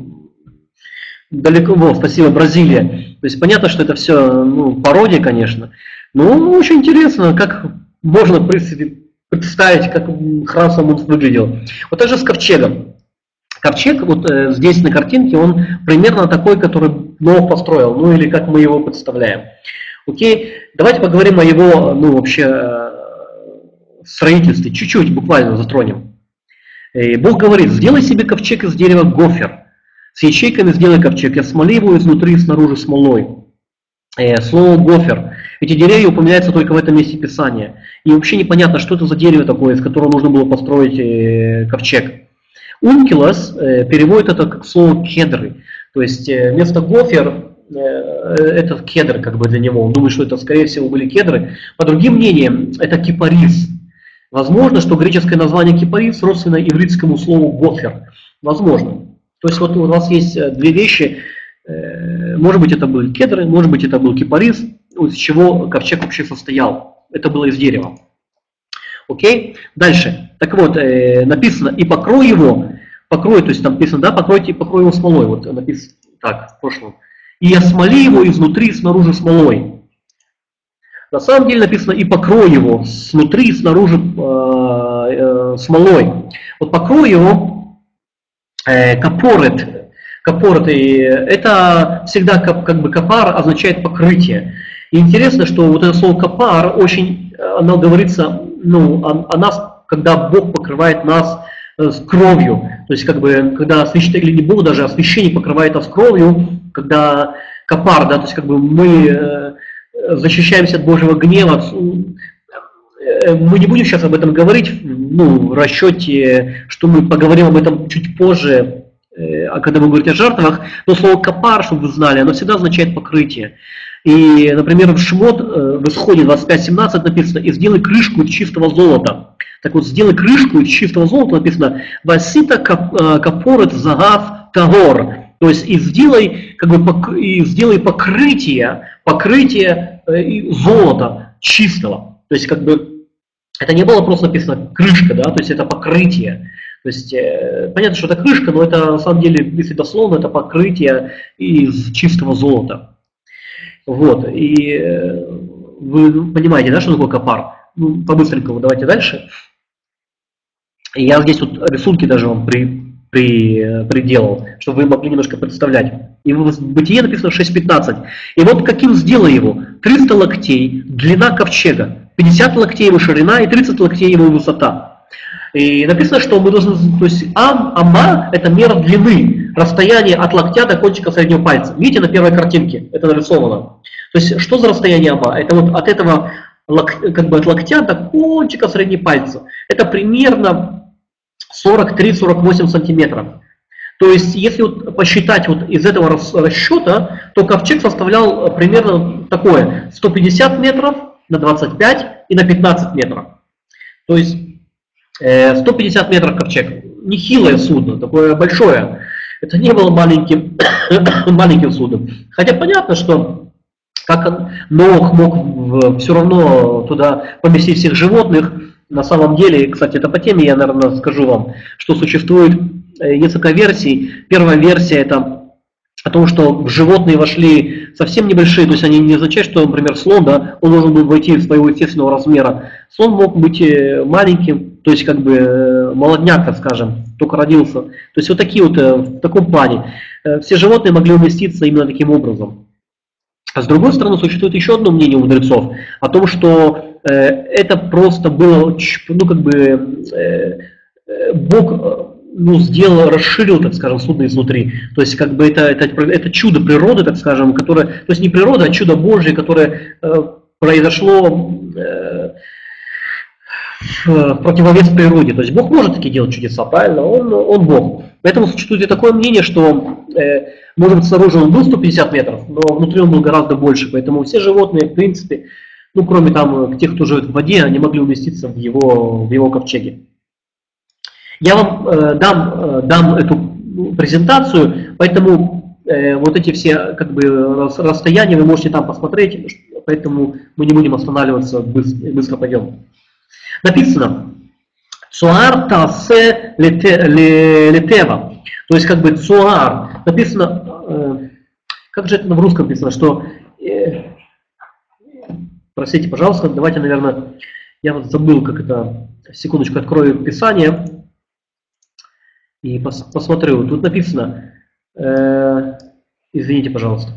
Speaker 1: далеко, спасибо, Бразилия. То есть понятно, что это все, пародия, конечно. Но очень интересно, как можно, в принципе, представить, как храм Соломон выглядел. Вот так же с ковчегом. Ковчег, вот здесь на картинке, он примерно такой, который Ноах построил, или как мы его представляем. Окей, давайте поговорим о его, вообще, строительстве, чуть-чуть буквально затронем. Бог говорит, сделай себе ковчег из дерева гофер. С ячейками сделай ковчег, и смоли его изнутри и снаружи смолой. Слово гофер. Эти деревья упоминаются только в этом месте Писания. И вообще непонятно, что это за дерево такое, из которого нужно было построить ковчег. Ункилос переводит это как слово кедры. То есть вместо гофер это кедр как бы для него. Он думает, что это скорее всего были кедры. По другим мнениям, это кипарис. Возможно, что греческое название кипарис родственно ивритскому слову гофер. Возможно. То есть вот у нас есть две вещи, может быть это были кедры, может быть это был кипарис, из чего ковчег вообще состоял. Это было из дерева. Окей? Дальше. Так вот, написано, и покрой его, то есть там написано, да, покрой его смолой, вот написано так, в прошлом. И осмоли его изнутри и снаружи смолой. На самом деле написано, и покрой его снутри и снаружи смолой. Вот покрой его, капорет, это всегда как бы капар означает покрытие. И интересно, что вот это слово капар очень, оно говорится, о нас, когда Бог покрывает нас с кровью. То есть как бы, когда освящение, или не Бог даже, а священник покрывает нас кровью, когда капар, да, то есть как бы мы защищаемся от Божьего гнева. Мы не будем сейчас об этом говорить, в расчете, что мы поговорим об этом чуть позже, когда мы говорим о жертвах, но слово капар, чтобы вы знали, оно всегда означает покрытие. И, например, в Шмот, в Исходе 25:17 написано, и сделай крышку из чистого золота. Так вот, сделай крышку из чистого золота, написано, васита капорет загав тагор. То есть, и сделай покрытие золота чистого. То есть, как бы, это не было просто написано крышка, да, то есть это покрытие. То есть понятно, что это крышка, но это на самом деле, если дословно, это покрытие из чистого золота. Вот, и вы понимаете, да, что такое капар? Ну, по-быстренькому давайте дальше. Я здесь вот рисунки даже вам приделал, чтобы вы могли немножко представлять. И в Бытие написано 6:15. И вот каким сделай его? 300 локтей, длина ковчега, 50 локтей его ширина и 30 локтей его высота. И написано, что мы должны, то есть ама это мера длины, расстояние от локтя до кончика среднего пальца. Видите, на первой картинке это нарисовано. То есть что за расстояние ама? Это вот от этого, как бы от локтя до кончика среднего пальца. Это примерно 43-48 сантиметров. То есть, если вот посчитать вот из этого расчета, то ковчег составлял примерно такое: 150 метров на 25 и на 15 метров. То есть 150 метров ковчег. Нехилое судно, такое большое. Это не было маленьким, маленьким судном. Хотя понятно, что как Ноах мог все равно туда поместить всех животных. На самом деле, кстати, это по теме, я, наверное, скажу вам, что существует несколько версий. Первая версия это о том, что животные вошли совсем небольшие, то есть они не означают, что, например, слон, да, он должен был войти своего естественного размера. Слон мог быть маленьким, то есть как бы молодняк, так скажем, только родился. То есть вот такие вот, в таком плане. Все животные могли уместиться именно таким образом. А с другой стороны, существует еще одно мнение у мудрецов о том, что это просто было, ну как бы, Бог сделал, расширил, так скажем, судно изнутри. То есть как бы это чудо природы, так скажем, которое, то есть не природа, а чудо Божье, которое произошло в противовес природе. То есть Бог может такие делать чудеса, правильно? Он Бог. Поэтому существует и такое мнение, что, может быть, снаружи он был 150 метров, но внутри он был гораздо больше. Поэтому все животные, в принципе, ну, кроме там тех, кто живет в воде, они могли уместиться в его ковчеге. Я вам дам эту презентацию, поэтому вот эти все как бы расстояния вы можете там посмотреть, поэтому мы не будем останавливаться, быстро пойдем. Написано «Цуар тасе летева», то есть как бы «цуар». Написано, как же это в русском написано, что... Простите, пожалуйста, давайте, наверное, я вот забыл, как это, секундочку, открою Писание и посмотрю. Тут написано, извините, пожалуйста.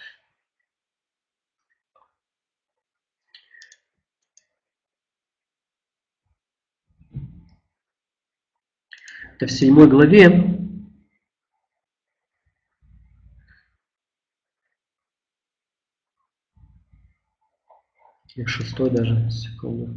Speaker 1: Это в 7 главе. Или 6 даже, секунду.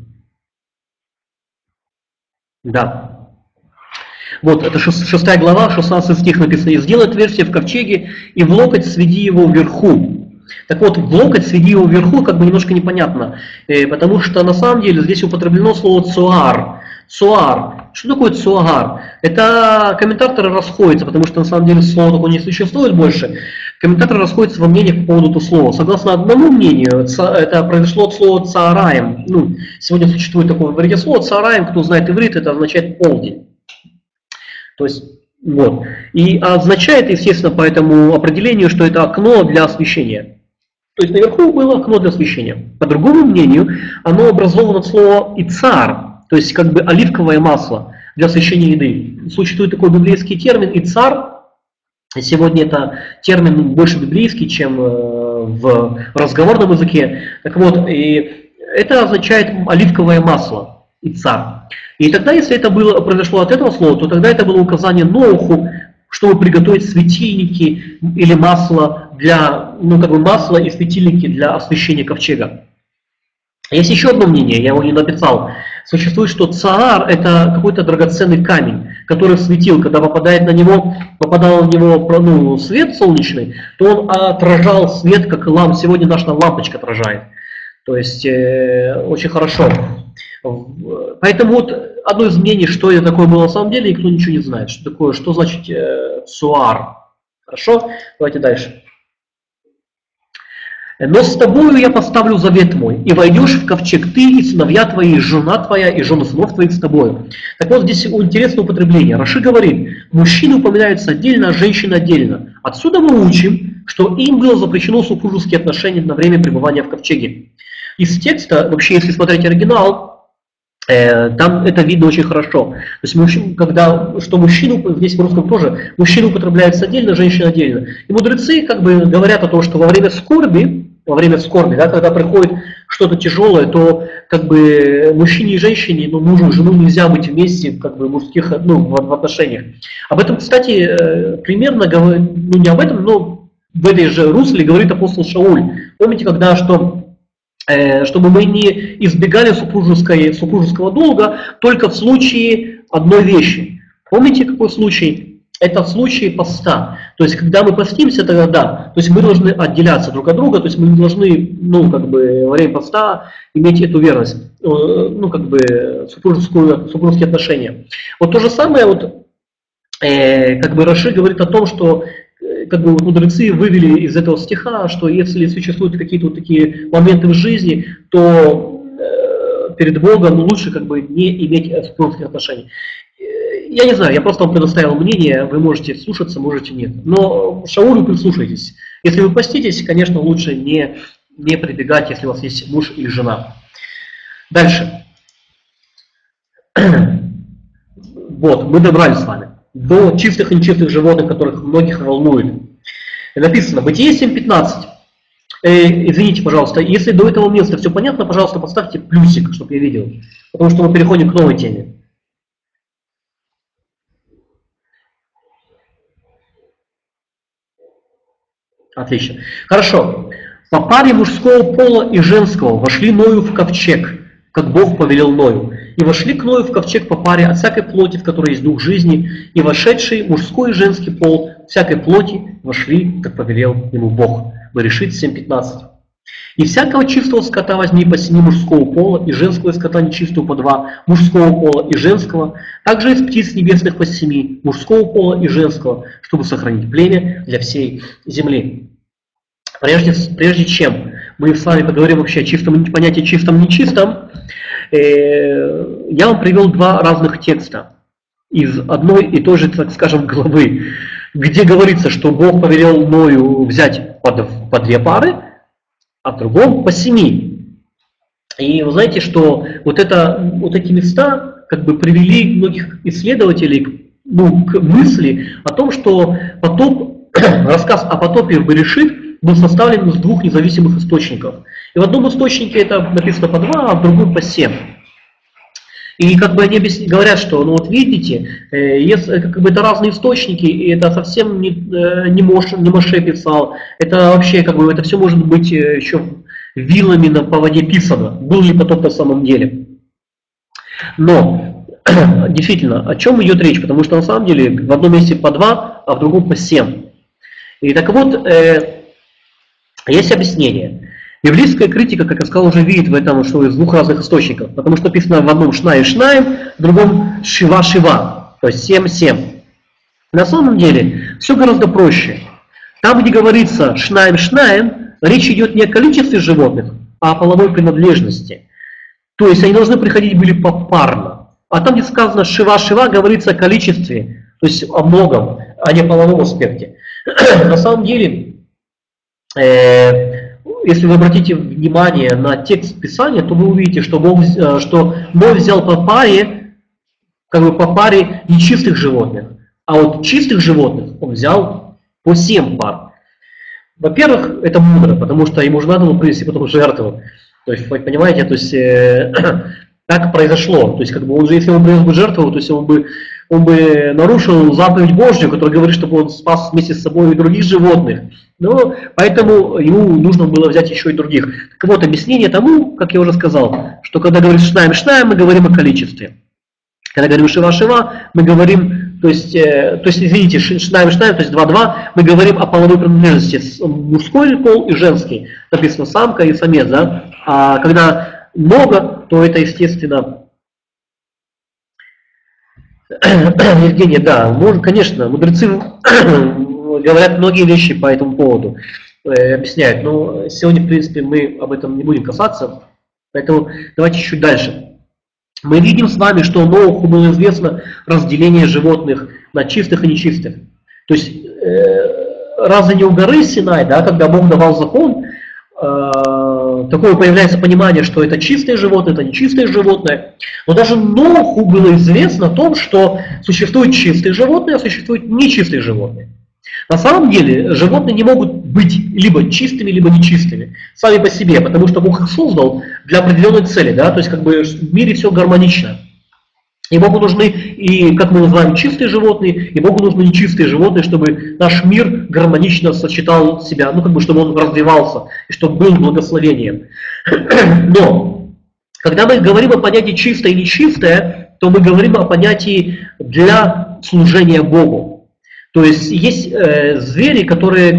Speaker 1: Да. Вот, это 6 глава, 16 стих написано. «И сделай отверстие в ковчеге, и в локоть сведи его вверху». Так вот, в локоть сведи его вверху как бы немножко непонятно, потому что на самом деле здесь употреблено слово «цуар». Цуар. Что такое цуар? Это комментаторы расходятся, потому что на самом деле слова такого не существует больше. Комментаторы расходятся во мнениях по поводу этого слова. Согласно одному мнению, это произошло от слова цаараем. Ну, сегодня существует такое в иврите слово цаараем, кто знает иврит, это означает полдень. То есть, вот. И означает, естественно, по этому определению, что это окно для освещения. То есть наверху было окно для освещения. По другому мнению, оно образовано от слова ицар, то есть как бы оливковое масло для освещения еды. Существует такой библейский термин ицар. Сегодня это термин больше библейский, чем в разговорном языке. Так вот, и это означает оливковое масло, ицар. И тогда, если это произошло от этого слова, то тогда это было указание Ноаху, чтобы приготовить светильники или масло для, ну как бы масло и светильники для освещения ковчега. Есть еще одно мнение, я его не написал. Существует, что цаар это какой-то драгоценный камень, который светил, когда попадал на него свет солнечный, то он отражал свет, как сегодня наша лампочка отражает. То есть очень хорошо. Поэтому вот одно из мнений, что это такое было на самом деле, никто ничего не знает. Что такое, что значит цуар. Хорошо? Давайте дальше. Но с тобою я поставлю завет мой, и войдешь в ковчег ты, и сыновья твои, и жена твоя, и жены сынов твоих с тобою. Так вот, здесь интересное употребление. Раши говорит, мужчины упоминаются отдельно, а женщины отдельно. Отсюда мы учим, что им было запрещено супружеские отношения на время пребывания в ковчеге. Из текста, вообще, если смотреть оригинал, там это видно очень хорошо. То есть что мужчину, здесь в русском тоже, мужчина употребляется отдельно, женщина отдельно. И мудрецы как бы говорят о том, что во время скорби, да, когда приходит что-то тяжелое, то как бы мужчине и женщине, ну, мужу и жену нельзя быть вместе как бы мужских, ну, в отношениях. Об этом, кстати, примерно, ну не об этом, но в этой же русле говорит апостол Шауль. Помните, когда чтобы мы не избегали супружеского долга только в случае одной вещи. Помните, какой случай? Это в случае поста. То есть, когда мы постимся, тогда да. То есть, мы должны отделяться друг от друга, то есть, мы не должны, ну, как бы, во время поста иметь эту верность, ну, как бы, супружеские отношения. Вот то же самое, вот, как бы, Раши говорит о том, что как бы мудрецы вывели из этого стиха, что если существуют какие-то вот такие моменты в жизни, то перед Богом лучше как бы не иметь супружеских отношений. Я не знаю, я просто вам предоставил мнение, вы можете слушаться, можете нет. Но Шаулю прислушайтесь. Если вы поститесь, конечно, лучше не прибегать, если у вас есть муж или жена. Дальше. Вот, мы добрались с вами до чистых и нечистых животных, которых многих волнует. Написано, Бытие 7.15. Извините, пожалуйста, если до этого места все понятно, пожалуйста, поставьте плюсик, чтобы я видел. Потому что мы переходим к новой теме. Отлично. Хорошо. По паре мужского пола и женского вошли Ною в ковчег, как Бог повелел Ною. И вошли к Ною в ковчег по паре от всякой плоти, в которой есть дух жизни, и вошедший мужской и женский пол всякой плоти вошли, как повелел ему Бог. Берешит 7.15. И всякого чистого скота возьми по 7 мужского пола, и женского скота нечистого по 2 мужского пола и женского, также из птиц небесных по 7 мужского пола и женского, чтобы сохранить племя для всей земли. Прежде чем мы с вами поговорим вообще о понятии чистом-нечистом, я вам привел два разных текста из одной и той же, так скажем, главы, где говорится, что Бог повелел Ною взять по 2 пары, а в другом по 7. И вы знаете, что вот эти места как бы привели многих исследователей к мысли о том, что рассказ о потопе в Берешит был составлен из 2 независимых источников. И в одном источнике это написано по 2, а в другом по 7. И как бы они говорят, что, ну вот видите, как бы это разные источники, и это совсем не Моше писал, это вообще как бы это все может быть еще вилами по воде писано, был ли потоп на самом деле. Но действительно, о чем идет речь? Потому что на самом деле в одном месте по 2, а в другом по 7. И так вот, есть объяснение. Библейская критика, как я сказал, уже видит в этом, что из 2 разных источников. Потому что написано в одном шнаем, в другом шива, то есть 7. На самом деле все гораздо проще. Там, где говорится шнаем, речь идет не о количестве животных, а о половой принадлежности. То есть они должны приходить были попарно. А там, где сказано шива, говорится о количестве, то есть о многом, а не о половом аспекте. На самом деле, если вы обратите внимание на текст Писания, то вы увидите, что Ной взял по паре нечистых животных, а вот чистых животных он взял по 7 пар. Во-первых, это мудро, потому что ему же надо было принести потом жертву. То есть, понимаете, то есть так произошло. То есть, как бы он же, если он принес бы жертву, то есть он бы нарушил заповедь Божью, которая говорит, чтобы он спас вместе с собой и других животных. Но поэтому ему нужно было взять еще и других. Так вот, объяснение тому, как я уже сказал, что когда говорим шнаем, мы говорим о количестве. Когда говорим шива, мы говорим, то есть извините, шнаем, то есть 2, мы говорим о половой принадлежности, мужской пол и женский. Написано самка и самец, да? А когда много, то это, естественно, Евгений, да, конечно, мудрецы говорят многие вещи по этому поводу. объясняют. Но сегодня, в принципе, мы об этом не будем касаться. Поэтому давайте чуть дальше. Мы видим с вами, что Ноху было известно разделение животных на чистых и нечистых. То есть, разве не у горы Синай, да, когда Бог давал закон, такое появляется понимание, что это чистые животные, это нечистые животные. Но даже Ноху было известно о том, что существуют чистые животные, а существуют нечистые животные. На самом деле животные не могут быть либо чистыми, либо нечистыми сами по себе, потому что Бог их создал для определенной цели, да, то есть как бы в мире все гармонично. И Богу нужны, и как мы называем, чистые животные, и Богу нужны нечистые животные, чтобы наш мир гармонично сочетал себя, ну как бы чтобы он развивался, и чтобы был благословением. Но когда мы говорим о понятии чистое и нечистое, то мы говорим о понятии для служения Богу. То есть есть звери, которые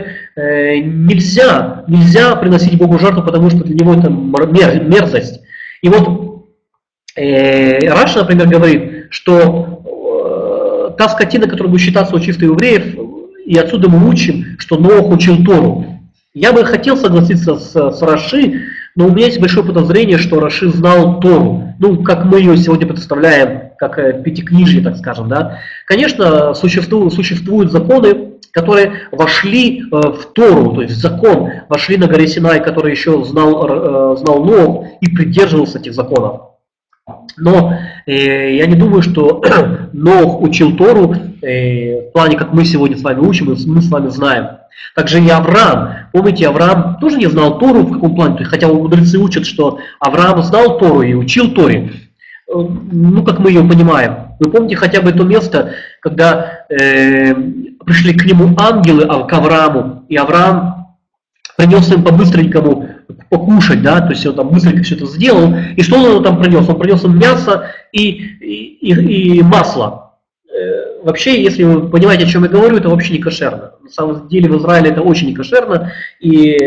Speaker 1: нельзя приносить Богу жертву, потому что для него это мерзость. И вот Раша, например, говорит, что та скотина, которая будет считаться у чистых евреев, и отсюда мы учим, что Нох учил Тору. Я бы хотел согласиться с Раши, но у меня есть большое подозрение, что Раши знал Тору. Ну, как мы ее сегодня представляем, как пятикнижие, так скажем, да. Конечно, существуют законы, которые вошли в Тору, то есть в закон, вошли на горе Синай, который еще знал Нох и придерживался этих законов. Но я не думаю, что Нох учил Тору в плане, как мы сегодня с вами учим, и мы с вами знаем. Также и Авраам. Помните, Авраам тоже не знал Тору в каком плане, хотя мудрецы учат, что Авраам знал Тору и учил Торе. Ну, как мы ее понимаем. Вы помните хотя бы то место, когда пришли к нему ангелы, к Аврааму, и Авраам принес им по-быстренькому покушать, да, то есть он там быстренько все это сделал. И что он там принес? Он принес им мясо и масло. Вообще, если вы понимаете, о чем я говорю, это вообще не кошерно. На самом деле в Израиле это очень не кошерно, и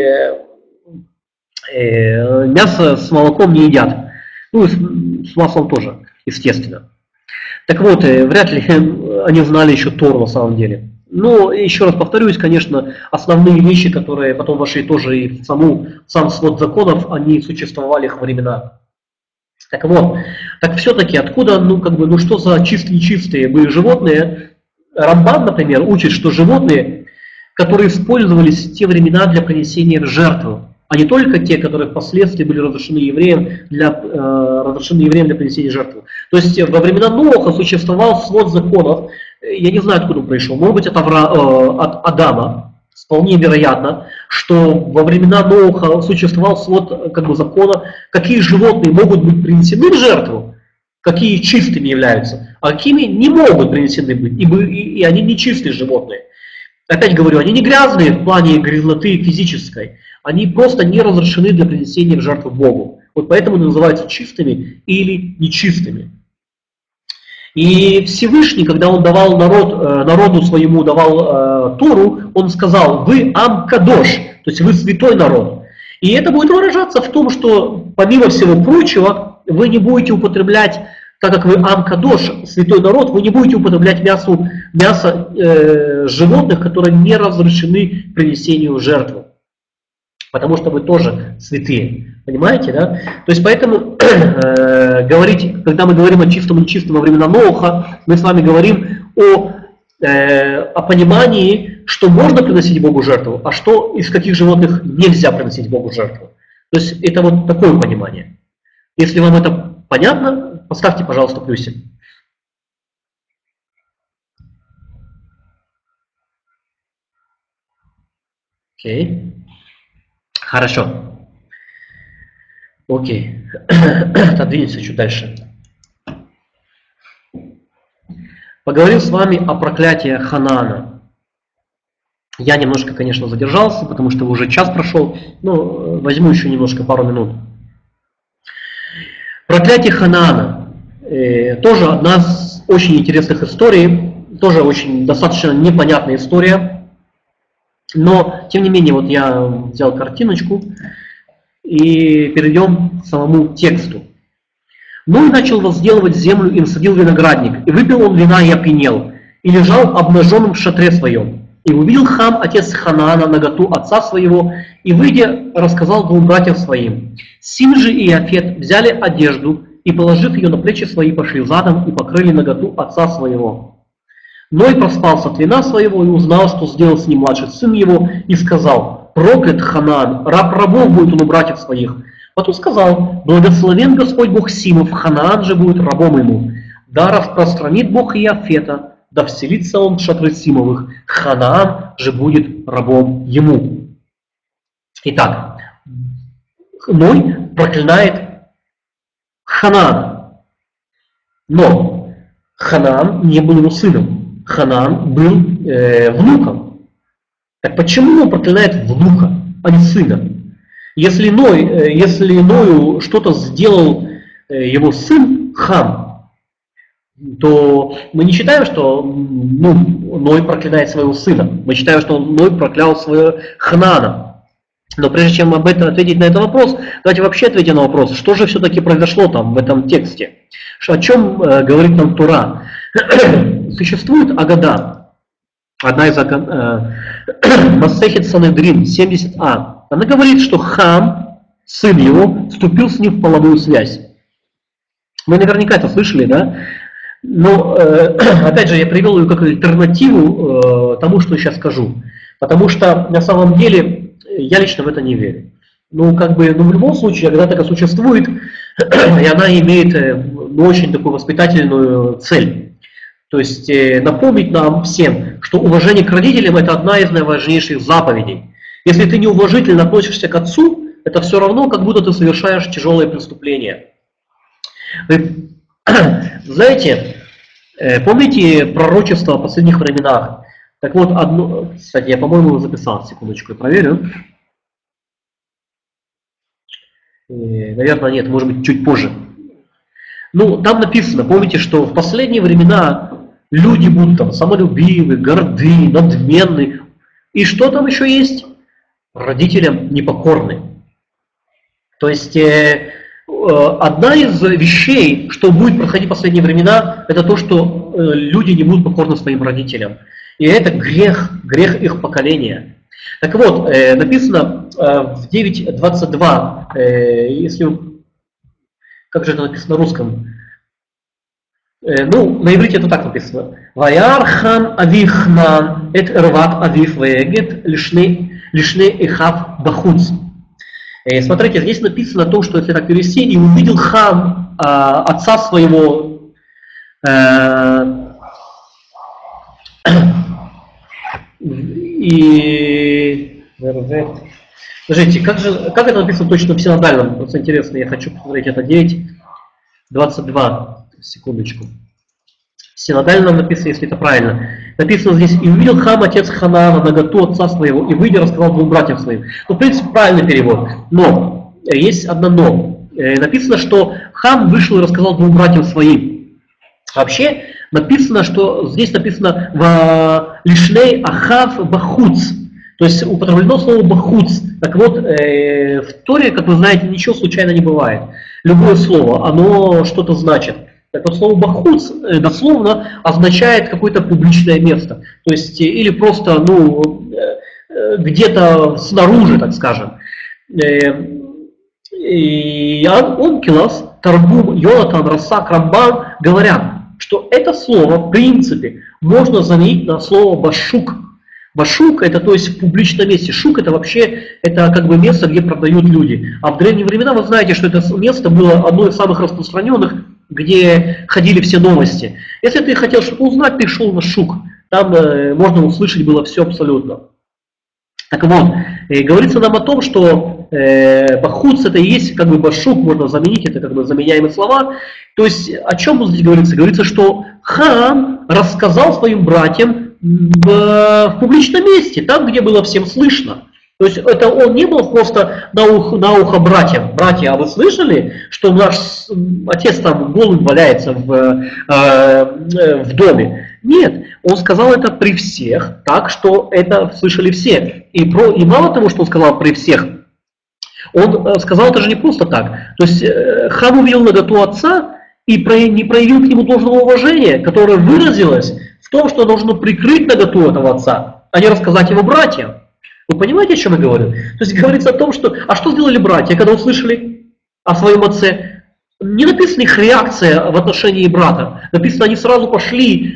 Speaker 1: мясо с молоком не едят. Ну, и с маслом тоже, естественно. Так вот, вряд ли они знали еще Тору на самом деле. Но, еще раз повторюсь, конечно, основные вещи, которые потом вошли тоже и в сам свод законов, они существовали в времена. Так вот, так все-таки откуда, что за чистые-нечистые были животные? Рамбан, например, учит, что животные, которые использовались в те времена для принесения в жертву, а не только те, которые впоследствии были разрешены евреям для принесения жертвы. То есть во времена Ноха существовал свод законов, я не знаю, откуда он пришел, может быть, от Адама. Вполне вероятно, что во времена Ноха существовал свод закона, какие животные могут быть принесены в жертву, какие чистыми являются, а какими не могут принесены быть, и они не чистые животные. Опять говорю, они не грязные в плане грязноты физической, они просто не разрешены для принесения в жертву Богу. Вот поэтому они называются чистыми или нечистыми. И Всевышний, когда он давал народу своему давал Тору, он сказал: вы ам-кадош, то есть вы святой народ. И это будет выражаться в том, что помимо всего прочего, вы не будете употреблять, так как вы ам-кадош, святой народ, вы не будете употреблять мясо животных, которые не разрешены к принесению в жертву. Потому что вы тоже святые. Понимаете, да? То есть поэтому когда мы говорим о чистом и нечистом во времена Ноха, мы с вами говорим о понимании, что можно приносить Богу жертву, а что из каких животных нельзя приносить Богу жертву. То есть это вот такое понимание. Если вам это понятно, поставьте, пожалуйста, плюсик. Окей. Хорошо. Окей. Отодвинемся чуть дальше. Поговорим с вами о проклятии Ханаана. Я немножко, конечно, задержался, потому что уже час прошел, но возьму еще немножко, пару минут. Проклятие Ханаана. Тоже одна из очень интересных историй, тоже очень достаточно непонятная история. Но, тем не менее, вот я взял картиночку и перейдем к самому тексту. «Ну и начал возделывать землю и насадил виноградник, и выпил он вина и опьянел, и лежал обнаженным в шатре своем. И увидел Хам, отец Ханаана, наготу отца своего, и, выйдя, рассказал двум братьям своим. Сим же и Иафет взяли одежду, и, положив ее на плечи свои, пошли задом и покрыли наготу отца своего. Ной проспал сотвина своего и узнал, что сделал с ним младший сын его, и сказал: проклят Ханаан, раб рабов будет он у братьев своих. Потом сказал: благословен Господь Бог Симов, Ханаан же будет рабом ему. Да распространит Бог Иафета, да вселится он в шатры Симовых, Ханаан же будет рабом ему. Итак, Ной проклинает Ханаана. Но Ханаан не был его сыном. Ханаан был внуком. Так почему он проклинает внука, а не сына? Если Ною что-то сделал его сын Хам, то мы не считаем, что Ной проклинает своего сына. Мы считаем, что Ной проклял своего Ханаана. Но прежде чем ответить на этот вопрос, давайте вообще ответим на вопрос, что же все-таки произошло там в этом тексте. О чем говорит нам Тора? Существует Агада, одна из Масехет Санедрин 70а. Она говорит, что Хам, сын его, вступил с ним в половую связь. Вы наверняка это слышали, да? Но, опять же, я привел ее как альтернативу тому, что сейчас скажу. Потому что, на самом деле, я лично в это не верю. В любом случае, когда такая существует, и она имеет очень такую воспитательную цель. То есть, напомнить нам всем, что уважение к родителям – это одна из наиважнейших заповедей. Если ты неуважительно относишься к отцу, это все равно, как будто ты совершаешь тяжелое преступление. Вы знаете, помните пророчество о последних временах? Так вот, кстати, я, по-моему, записал, секундочку, я проверю. Наверное, нет, может быть, чуть позже. Там написано, помните, что в последние времена люди будут там самолюбивы, горды, надменны. И что там еще есть? Родителям непокорны. То есть одна из вещей, что будет происходить в последние времена, это то, что люди не будут покорны своим родителям. И это грех их поколения. Так вот, написано в 9:22, как же это написано на русском? На иврите это так написано. Ваяр хан авихнан эт эрват авив веегет лишней эхав бахуц. Смотрите, здесь написано то, что если так перевести, и увидел Хам отца своего, Скажите, как это написано точно в синодальном? Просто интересно, я хочу посмотреть, это 9:22, секундочку. В синодальном написано, если это правильно. Написано здесь: и увидел Хам, отец Ханаана, наготу отца своего, и выйдя, рассказал двум братьям своим. В принципе, правильный перевод. Но, есть одно но. Написано, что Хам вышел и рассказал двум братьям своим. Вообще, написано, что здесь написано в лишней ахав бахуц. То есть употреблено слово бахуц. Так вот, в Торе, как вы знаете, ничего случайно не бывает. Любое слово, оно что-то значит. Так вот, слово бахуц дословно означает какое-то публичное место. То есть, или просто, где-то снаружи, так скажем. И Онкилос, Таргум, Йонатан, Рассак, Рамбан говорят, что это слово, в принципе, можно заменить на слово башук. Башук – это, то есть, в публичном месте. Шук – это вообще место, где продают люди. А в древние времена вы знаете, что это место было одно из самых распространенных, где ходили все новости. Если ты хотел что-то узнать, ты шел на шук. Там можно услышать было все абсолютно. Так вот, говорится нам о том, что бахуц это и есть башук, можно заменить, это заменяемые слова. То есть о чем здесь говорится? Говорится, что Хам рассказал своим братьям в публичном месте, там, где было всем слышно. То есть это он не был просто на ухо братьям. Братья, а вы слышали, что наш отец там голым валяется в доме? Нет, он сказал это при всех, так что это слышали все. И мало того, что он сказал при всех, он сказал это же не просто так. То есть Хам увидел наготу отца и не проявил к нему должного уважения, которое выразилось в том, что нужно прикрыть наготу этого отца. а не рассказать его братьям. Вы понимаете, о чем я говорю? То есть говорится о том, что... А что сделали братья, когда услышали о своем отце? Не написана их реакция в отношении брата. Написано, они сразу пошли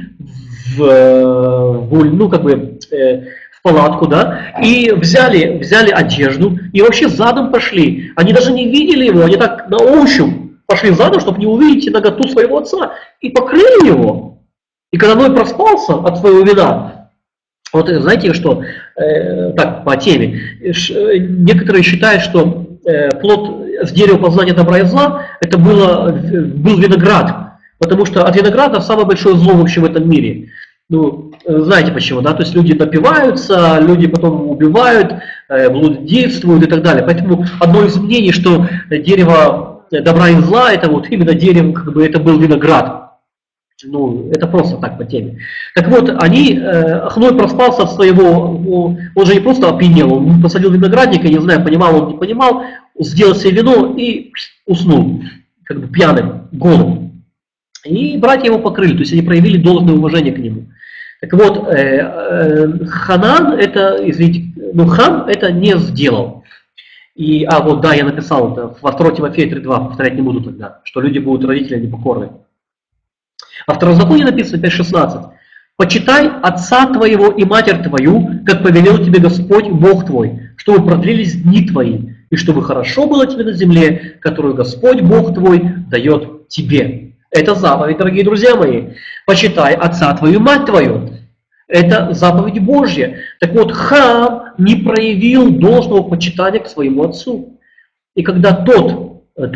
Speaker 1: в палатку, да, и взяли одежду, и вообще задом пошли. Они даже не видели его, они так на ощупь пошли задом, чтобы не увидеть наготу своего отца, и покрыли его. И когда Ной проспался от своего вина, вот знаете что, так, по теме, некоторые считают, что плод с дерева познания добра и зла, это был виноград, потому что от винограда самое большое зло вообще в этом мире. Ну, знаете почему, да? То есть люди напиваются, люди потом убивают, блудодействуют и так далее. Поэтому одно из мнений, что дерево добра и зла, это вот именно дерево, как бы это был виноград. Ну, это просто так по теме. Так вот, Ной проспался от своего, он же не просто опьянел, он посадил виноградник, я не знаю, понимал он, не понимал, сделал себе вино и уснул, как бы пьяным, голым. И братья его покрыли, то есть они проявили должное уважение к нему. Так вот, Ханан это, извините, Хам это не сделал. Вот да, я написал это во 2 Тимофея 3:2, повторять не буду тогда, что люди будут родители непокорны. А в Второзаконии написано 5:16. «Почитай отца твоего и матерь твою, как повелел тебе Господь, Бог твой, чтобы продлились дни твои, и чтобы хорошо было тебе на земле, которую Господь, Бог твой, дает тебе». Это заповедь, дорогие друзья мои. «Почитай отца твою и мать твою». Это заповедь Божья. Так вот, Хам не проявил должного почитания к своему отцу. И когда к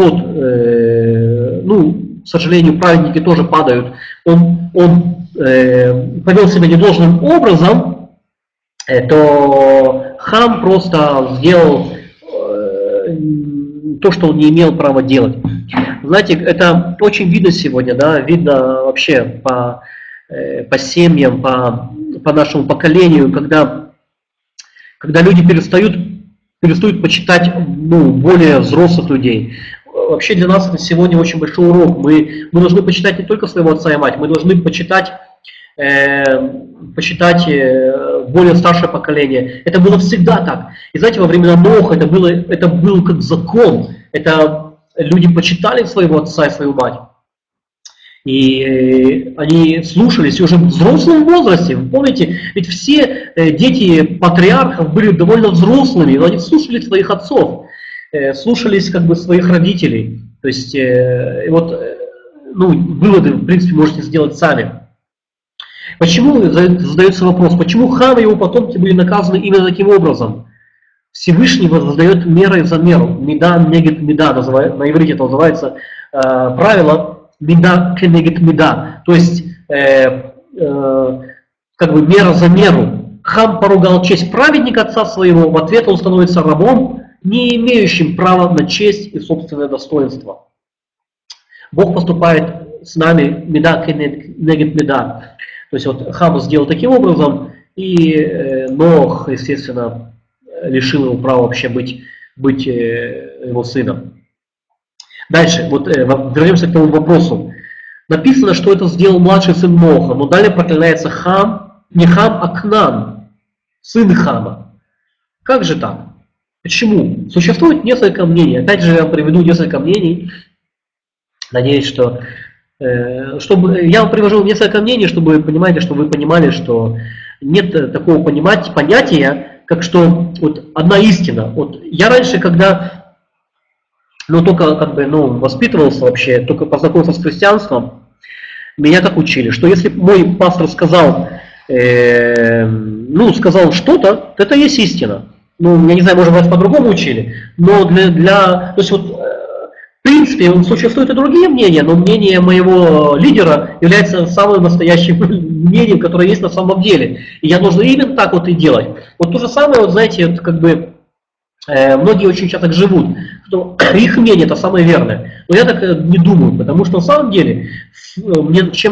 Speaker 1: сожалению, праведники тоже падают, он повел себя недолжным образом, то Хам просто сделал то, что он не имел права делать. Знаете, это очень видно сегодня, да, видно вообще по семьям, по нашему поколению, когда люди перестают почитать более взрослых людей. Вообще для нас это сегодня очень большой урок. Мы должны почитать не только своего отца и мать, мы должны почитать более старшее поколение. Это было всегда так. И знаете, во времена Ноха это был как закон. Это люди почитали своего отца и свою мать. И они слушались уже в взрослом возрасте. Вы помните, ведь все дети патриархов были довольно взрослыми, но они слушали своих отцов, слушались как бы своих родителей. То есть, выводы, в принципе, можете сделать сами. Почему, задается вопрос, почему Хам и его потомки были наказаны именно таким образом? Всевышний воздает мерой за меру. Меда негет меда, на иврите это называется правило меда кенегет меда. То есть, как бы мера за меру. Хам поругал честь праведника отца своего, в ответ он становится рабом, не имеющим права на честь и собственное достоинство. Бог поступает с нами меда кенегет меда. То есть вот Хам сделал таким образом, и Нох, естественно, лишил его права вообще быть его сыном. Дальше, вернемся к тому вопросу. Написано, что это сделал младший сын Ноха, но далее проклинается Хам, не Хам, а Кнан, сын Хама. Как же так? Почему? Существует несколько мнений. Опять же, я приведу несколько мнений. Надеюсь, что... я вам привожу несколько мнений, чтобы вы понимали, что нет такого понятия, как что вот одна истина. Вот я раньше, когда только воспитывался вообще, только познакомился с христианством, меня как учили, что если мой пастор сказал что-то, то это есть истина. Я не знаю, может, вас по-другому учили, но то есть в принципе, существуют и другие мнения, но мнение моего лидера является самым настоящим мнением, которое есть на самом деле. И я должен именно так вот и делать. Вот то же самое, знаете, многие очень часто так живут, что их мнение это самое верное. Но я так не думаю, потому что на самом деле чем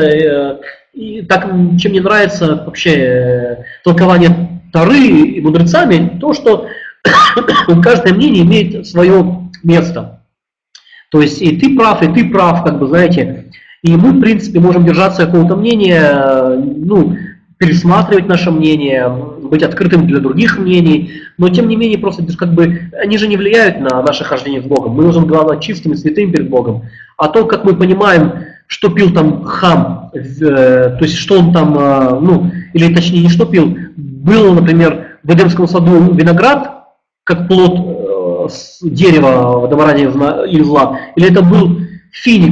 Speaker 1: мне нравится вообще толкование Торы и мудрецами, то, что каждое мнение имеет свое место. То есть и ты прав, как бы, знаете, и мы, в принципе, можем держаться какого-то мнения, пересматривать наше мнение, быть открытым для других мнений, но тем не менее просто как бы они же не влияют на наше хождение с Богом. Мы нужны, главное, чистым и святым перед Богом. А то, как мы понимаем, что пил там Хам, то есть что он там, ну, или точнее не что пил, был, например, в Эдемском саду виноград, как плод дерева добра и зла, или это был финик,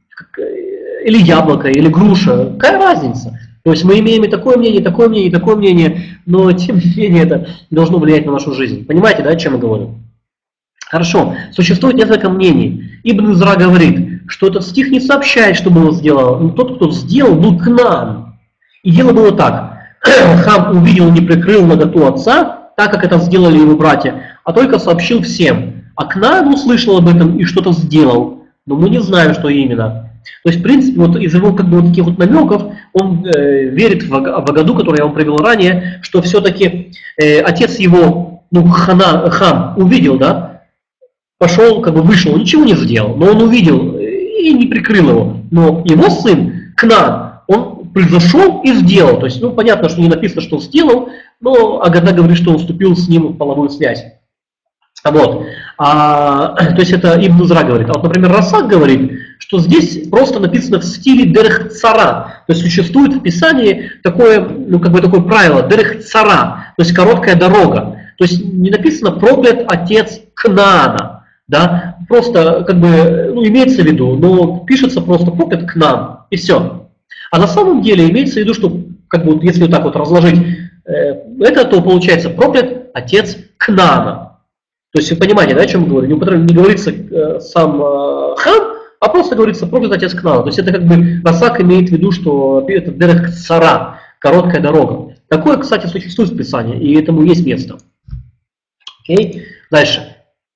Speaker 1: или яблоко, или груша, какая разница? То есть мы имеем и такое мнение, и такое мнение, и такое мнение, но тем не менее это должно влиять на нашу жизнь. Понимаете, да, о чем я говорю? Хорошо, существует несколько мнений. Ибн Изра говорит, что этот стих не сообщает, что было сделано, но тот, кто сделал, был Кнаан. И дело было так. Хам увидел и не прикрыл наготу отца, так как это сделали его братья, а только сообщил всем. А Кнаан услышал об этом и что-то сделал, но мы не знаем, что именно. То есть, в принципе, вот из его как бы, вот таких вот намеков он верит в Агаду, который я вам привел ранее, что все-таки отец его, ну, Хам, увидел, да, пошел, как бы вышел, ничего не сделал, но он увидел и не прикрыл его. Но его сын, Кнаан, он произошел и сделал. То есть, ну, понятно, что не написано, что он сделал, но Агада говорит, что он вступил с ним в половую связь. Вот. То есть это Ибн Изра говорит. А вот, например, Расак говорит, что здесь просто написано в стиле дерех цара. То есть существует в Писании такое, ну, как бы такое правило, дерех цара, то есть короткая дорога. То есть не написано проклят отец Кнаана. Да? Просто как бы, ну, имеется в виду, но пишется просто проклят Кнаан, и все. А на самом деле имеется в виду, что как бы, если вот так вот разложить это, то получается проклят отец Кнаана. То есть вы понимаете, да, о чем я говорю? Не говорится сам Хам, а просто говорится проклят отец Кнаана. То есть это как бы Расак имеет в виду, что это дерех цара, короткая дорога. Такое, кстати, существует в Писании, и этому есть место. Окей? Дальше.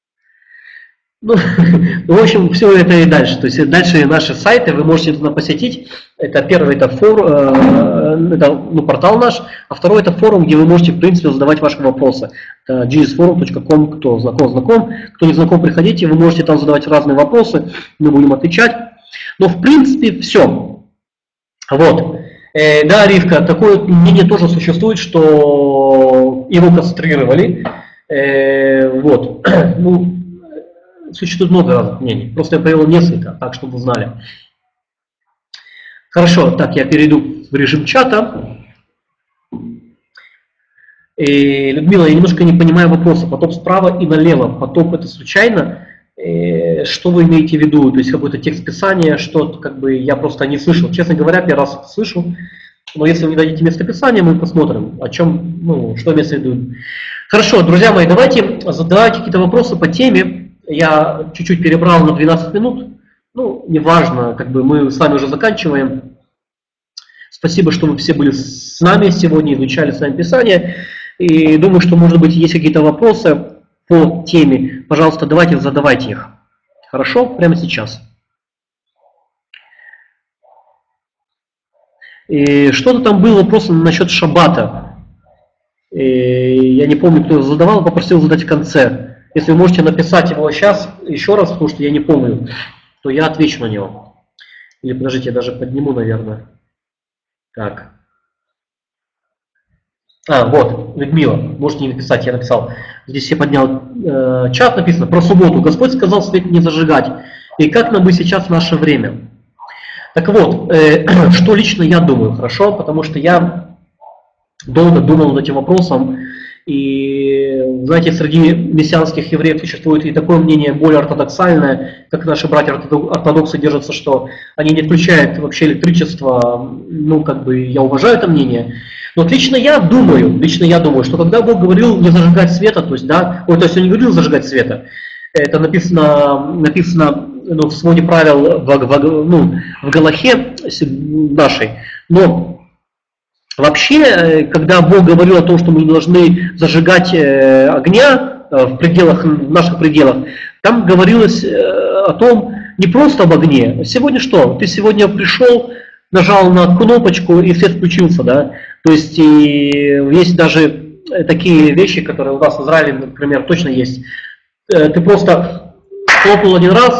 Speaker 1: Ну, в общем, все это и дальше. То есть дальше наши сайты вы можете туда посетить. Это первый, это портал наш, а второй это форум, где вы можете, в принципе, задавать ваши вопросы. Это gsforum.com, кто знаком, кто не знаком, приходите, вы можете там задавать разные вопросы, мы будем отвечать. Но в принципе все. Вот. Да, Ривка, такое мнение тоже существует, что его кастрировали. Вот. Ну, существует много разных мнений. Просто я привел несколько, так чтобы вы знали. Хорошо, так, я перейду в режим чата. Людмила, я немножко не понимаю вопроса. Потоп справа и налево. Потоп это случайно? Что вы имеете в виду? То есть какой-то текст писания, что-то как бы я просто не слышал. Честно говоря, первый раз это слышу. Но если вы мне дадите место писания, мы посмотрим, о чем, ну, что имеется в виду. Хорошо, друзья мои, давайте задавайте какие-то вопросы по теме. Я чуть-чуть перебрал на 12 минут. Ну, неважно, как бы мы с вами уже заканчиваем. Спасибо, что вы все были с нами сегодня, изучали с нами Писание. И думаю, что, может быть, есть какие-то вопросы по теме. Пожалуйста, давайте задавайте их. Хорошо? Прямо сейчас. И что-то там было просто насчет шаббата. И я не помню, кто задавал, попросил задать в конце. Если вы можете написать его сейчас еще раз, потому что я не помню, то я отвечу на него. Или подождите, я даже подниму, наверное. Так. Вот, Людмила, можете не написать, я написал. Здесь я поднял чат, написано про субботу. Господь сказал свет не зажигать. И как нам быть сейчас в наше время? Так вот, что лично я думаю, хорошо? Потому что я долго думал над этим вопросом. И, знаете, среди мессианских евреев существует и такое мнение более ортодоксальное, как наши братья-ортодоксы держатся, что они не включают вообще электричество. Ну, как бы, я уважаю это мнение. Но вот лично я думаю, что когда Бог говорил не зажигать света, то есть, да, то есть он не говорил зажигать света, это написано ну, в своде правил в Галахе нашей, но вообще, когда Бог говорил о том, что мы не должны зажигать огня в наших пределах, там говорилось о том, не просто об огне. Сегодня что? Ты сегодня пришел, нажал на кнопочку и свет включился, да? То есть есть даже такие вещи, которые у нас в Израиле, например, точно есть. Ты просто хлопнул один раз,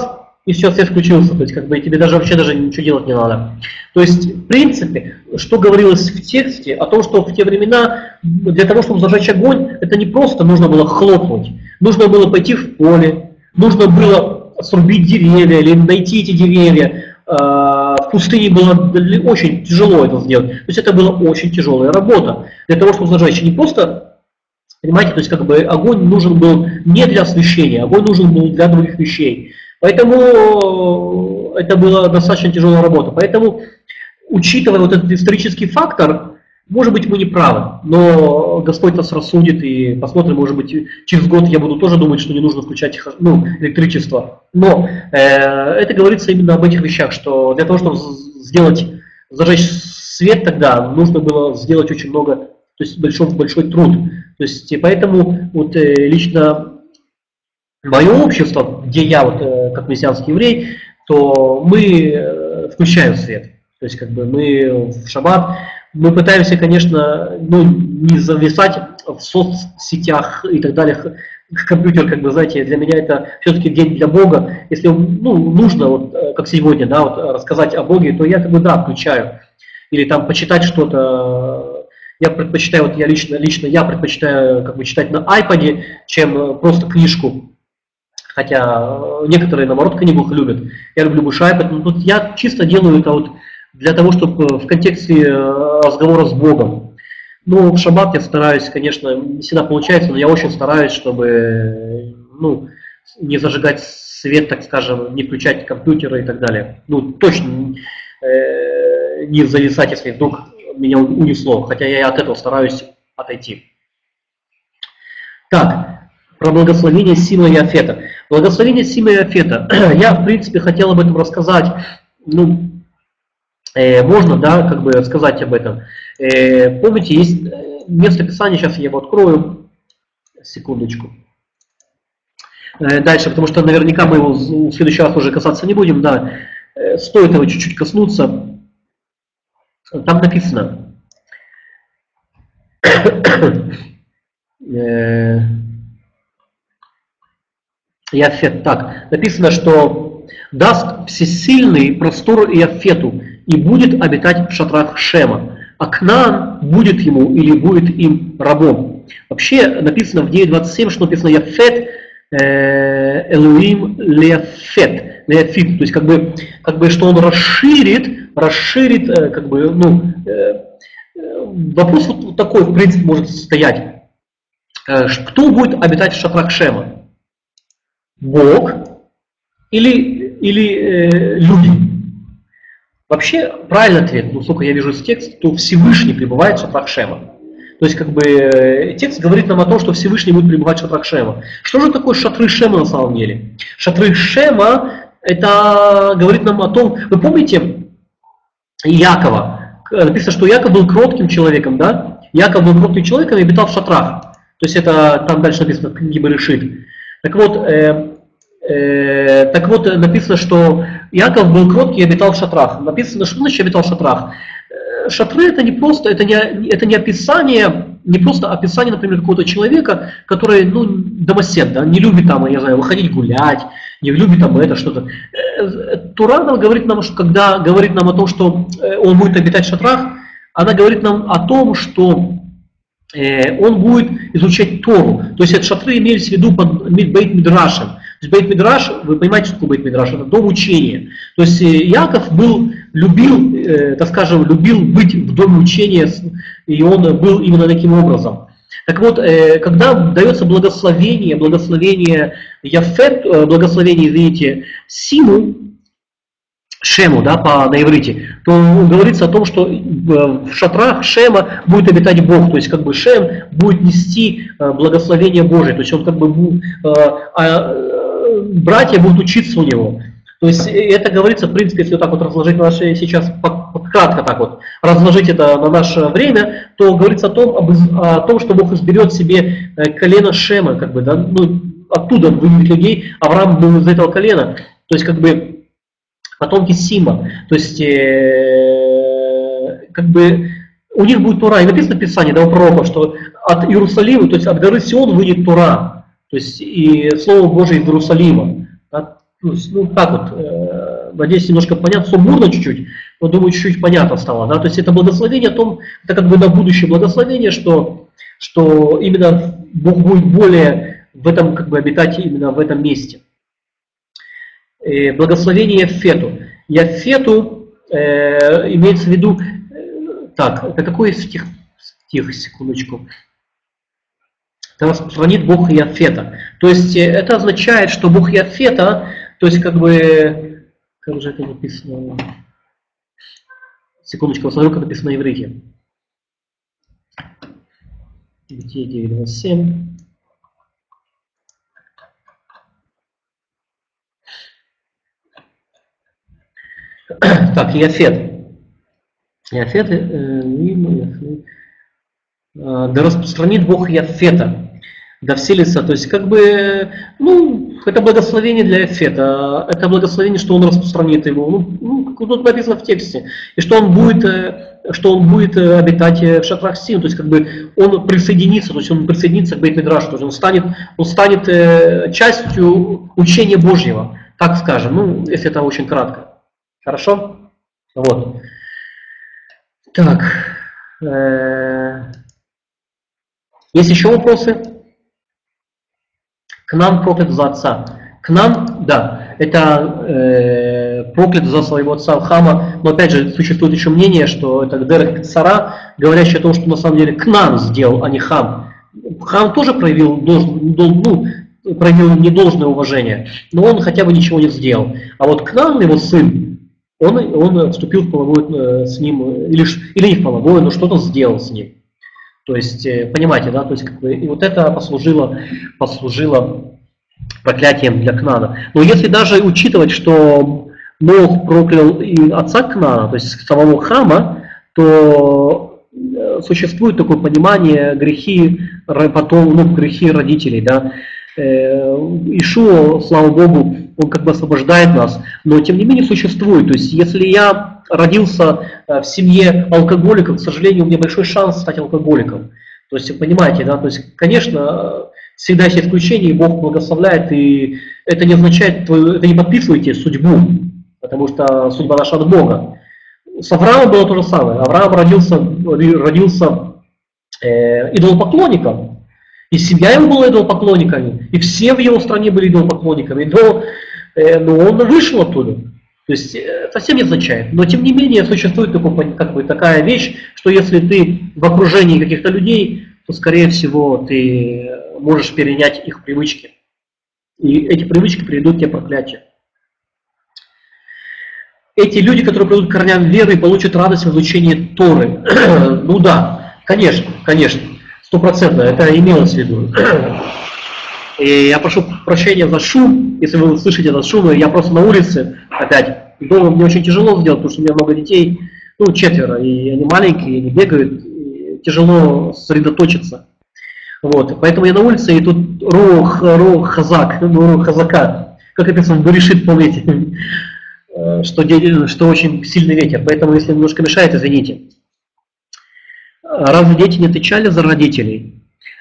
Speaker 1: и сейчас свет включился, то есть как бы тебе даже вообще даже ничего делать не надо. То есть, в принципе, что говорилось в тексте, о том, что в те времена для того, чтобы зажечь огонь, это не просто нужно было хлопнуть, нужно было пойти в поле, нужно было срубить деревья или найти эти деревья. В пустыне было очень тяжело это сделать, то есть это была очень тяжелая работа. Для того, чтобы зажечь, не просто, понимаете, то есть как бы огонь нужен был не для освещения, огонь нужен был для других вещей. Поэтому это была достаточно тяжелая работа. Поэтому, учитывая вот этот исторический фактор, может быть, мы не правы, но Господь нас рассудит и посмотрим, может быть, через год я буду тоже думать, что не нужно включать электричество. Но это говорится именно об этих вещах, что для того, чтобы зажечь свет тогда, нужно было сделать очень много, то есть большой труд. То есть, и поэтому вот лично мое общество, где я вот как мессианский еврей, то мы включаем свет. То есть как бы мы в шаббат, мы пытаемся, конечно, не зависать в соцсетях и так далее. Компьютер, как бы, знаете, для меня это все-таки день для Бога. Если нужно, вот, как сегодня, да, вот, рассказать о Боге, то я как бы, да, включаю. Или там почитать что-то. Я предпочитаю, вот я лично я предпочитаю как бы читать на iPad, чем просто книжку. Хотя некоторые, наоборот, книгу любят. Я люблю больше iPad, но тут я чисто делаю это вот для того, чтобы в контексте разговора с Богом. Ну, в шаббат я стараюсь, конечно, не всегда получается, но я очень стараюсь, чтобы не зажигать свет, так скажем, не включать компьютеры и так далее. Ну, точно не зависать, если вдруг меня унесло, хотя я от этого стараюсь отойти. Так, про благословение Сима и Афета. Благословение Сима и Афета. Я, в принципе, хотел об этом рассказать. Можно, да, как бы сказать об этом. Помните, есть место Писания, сейчас я его открою. Секундочку. Дальше, потому что наверняка мы его в следующий раз уже касаться не будем, да. Стоит его чуть-чуть коснуться. Там написано. Иафет, так, написано, что даст всесильный простор Иафету и будет обитать в шатрах Шема, а Кнаан будет ему или будет им рабом. Вообще написано в 9.27, что написано Яфет Элуим Леафет, Леафит, то есть как бы что он расширит, как бы, вопрос вот такой, в принципе, может состоять. Кто будет обитать в шатрах Шема? Бог или люди? Вообще, правильный ответ, сколько я вижу из текста, то Всевышний пребывает в шатрах Шема. То есть, как бы, текст говорит нам о том, что Всевышний будет пребывать в шатрах Шема. Что же такое шатры Шема на самом деле? Шатры Шема, это говорит нам о том, вы помните Якова? Написано, что Яков был кротким человеком, да? Яков был кротким человеком и обитал в шатрах. То есть, это там дальше написано в книге Берешит. Так вот, написано, что Иаков был кроткий и обитал в шатрах. Написано, что значит обитал в шатрах. Шатры это не просто, это не описание, не просто описание, например, какого-то человека, который, домосед, да, не любит там, я знаю, выходить гулять, не любит там это что-то. Тура говорит нам, что когда говорит нам о том, что он будет обитать в шатрах, она говорит нам о том, что он будет изучать Тору. То есть это шатры имелись в виду под Бейт-Мидрашем. То есть Бейт-Мидраш, вы понимаете, что такое Бейт-Мидраш? Это дом учения. То есть Иаков любил, так скажем, любил быть в доме учения, и он был именно таким образом. Так вот, когда дается благословение Яфет, благословение, Симу, Шему, да, на иврите, то говорится о том, что в шатрах Шема будет обитать Бог, то есть как бы Шем будет нести благословение Божие, то есть он как бы братья будут учиться у него. То есть это говорится, в принципе, если вот так вот разложить на наше сейчас, кратко так вот, разложить это на наше время, то говорится о том, что Бог изберет себе колено Шема, как бы, да, оттуда выведет людей, Авраам был из этого колена, то есть как бы потомки Сима, то есть как бы у них будет Тора, и написано в Писании, да, у пророка, что от Иерусалима, то есть от горы Сион выйдет Тора, то есть и Слово Божие из Иерусалима. Да? Ну так вот, надеюсь, немножко понятно, сумбурно чуть-чуть, но думаю, чуть-чуть понятно стало. Да? То есть это благословение о том, это как бы на будущее благословение, что именно Бог будет более в этом, как бы, обитать именно в этом месте. Благословение Яфету. Яфету имеется в виду, так, это какой стих, секундочку. Это распространит Бог Яфета. То есть это означает, что Бог Яфета, то есть как бы, как же это написано, секундочку, посмотрю, как написано на иврите. Бытие 9:27. Так, Яфет. Яфет, да распространит Бог Яфета, да вселится. То есть, как бы, ну, это благословение для Яфета, это благословение, что он распространит его. Ну как тут написано в тексте. И что он будет обитать в шатрах Син, то есть, как бы, он присоединится, то есть, он присоединится к Бейт-Мидрашу, то есть, он станет частью учения Божьего, так скажем, ну, если это очень кратко. Хорошо? Вот. Так. Есть еще вопросы? Кнан проклят за отца. Кнан, да, это проклят за своего отца Хама, но опять же существует еще мнение, что это Дерех Цара, говорящее о том, что на самом деле Кнан сделал, а не Хам. Хам тоже проявил недолжное уважение, но он хотя бы ничего не сделал. А вот Кнан, его сын, он вступил в половую с ним, или не в половую, но что-то сделал с ним. То есть, понимаете, да, то есть, как бы, и вот это послужило проклятием для Кнаана. Но если даже учитывать, что Нох проклял и отца Кнаана, то есть самого Хама, то существует такое понимание грехи родителей, да. Ишуа, слава Богу, он как бы освобождает нас, но тем не менее существует. То есть, если я родился в семье алкоголиков, к сожалению, у меня большой шанс стать алкоголиком. То есть, понимаете, да, то есть, конечно, всегда есть исключения, и Бог благословляет, и это не означает, это не подписывайте судьбу, потому что судьба наша от Бога. С Авраамом было то же самое. Авраам родился идолопоклонником, и семья его была идолопоклонниками, и все в его стране были идолопоклонниками, но он вышел оттуда. То есть совсем не означает. Но тем не менее существует как бы такая вещь, что если ты в окружении каких-то людей, то скорее всего ты можешь перенять их привычки. И эти привычки приведут к тебе проклятию. Эти люди, которые придут к корням веры, получат радость в изучении Торы. Ну да, конечно. 100%, это имелось в виду. И я прошу прощения за шум, если вы слышите этот шум, я просто на улице опять. Дома мне очень тяжело сделать, потому что у меня много детей, 4, и они маленькие, они бегают, и тяжело сосредоточиться. Вот, поэтому я на улице, и тут рух хазака, как написано, решит, помните, что очень сильный ветер, поэтому если немножко мешает, извините. Разве дети не отвечали за родителей?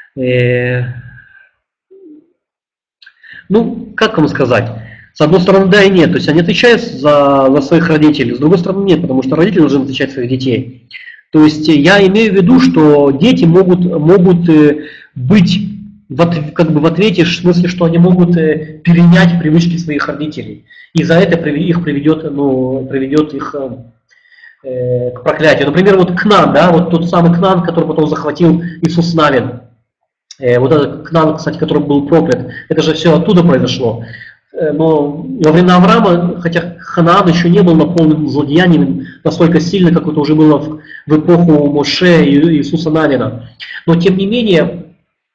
Speaker 1: Ну, как вам сказать? С одной стороны, да и нет. То есть они отвечают за своих родителей, с другой стороны, нет, потому что родители должны отвечать за своих детей. То есть я имею в виду, что дети могут быть как бы в ответе, в смысле, что они могут перенять привычки своих родителей. И за это их приведет их к проклятию. Например, вот Кнан, да, вот тот самый Кнан, который потом захватил Иисус Навин. Вот этот Кнан, кстати, который был проклят, это же все оттуда произошло. Но во времена Авраама, хотя Ханаан еще не был наполнен злодеяниями настолько сильно, как это уже было в эпоху Моше и Иисуса Навина. Но тем не менее,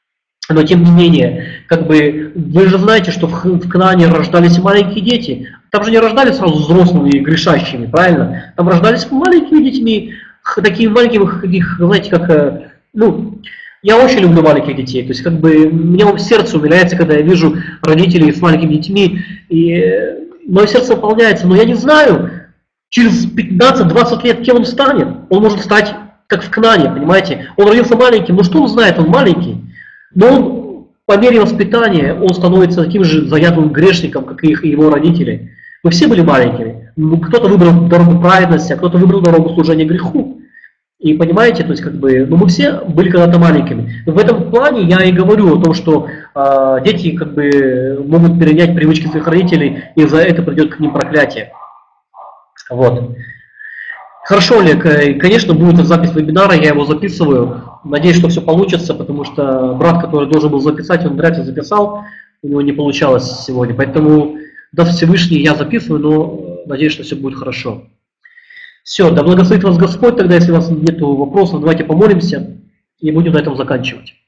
Speaker 1: как бы, вы же знаете, что в Кнаане рождались маленькие дети. Там же не рождались сразу взрослыми и грешащими, правильно? Там рождались маленькими детьми, такими маленькими, знаете, как, я очень люблю маленьких детей, то есть как бы мне сердце умиляется, когда я вижу родителей с маленькими детьми, и мое сердце наполняется, но я не знаю, через 15-20 лет кем он станет. Он может стать как в Кнаане, понимаете? Он родился маленьким, но что он знает, он маленький, но по мере воспитания он становится таким же заядлым грешником, как и его родители. Мы все были маленькими. Кто-то выбрал дорогу праведности, а кто-то выбрал дорогу служения греху. И понимаете, то есть как бы, ну мы все были когда-то маленькими. В этом плане я и говорю о том, что дети как бы могут перенять привычки своих родителей, и за это придет к ним проклятие. Вот. Хорошо, Олег, конечно, будет запись вебинара, я его записываю. Надеюсь, что все получится, потому что брат, который должен был записать, он вряд ли записал, у него не получалось сегодня. Поэтому, даст Всевышний, я записываю, но надеюсь, что все будет хорошо. Все, да благословит вас Господь, тогда, если у вас нет вопросов, давайте помолимся и будем на этом заканчивать.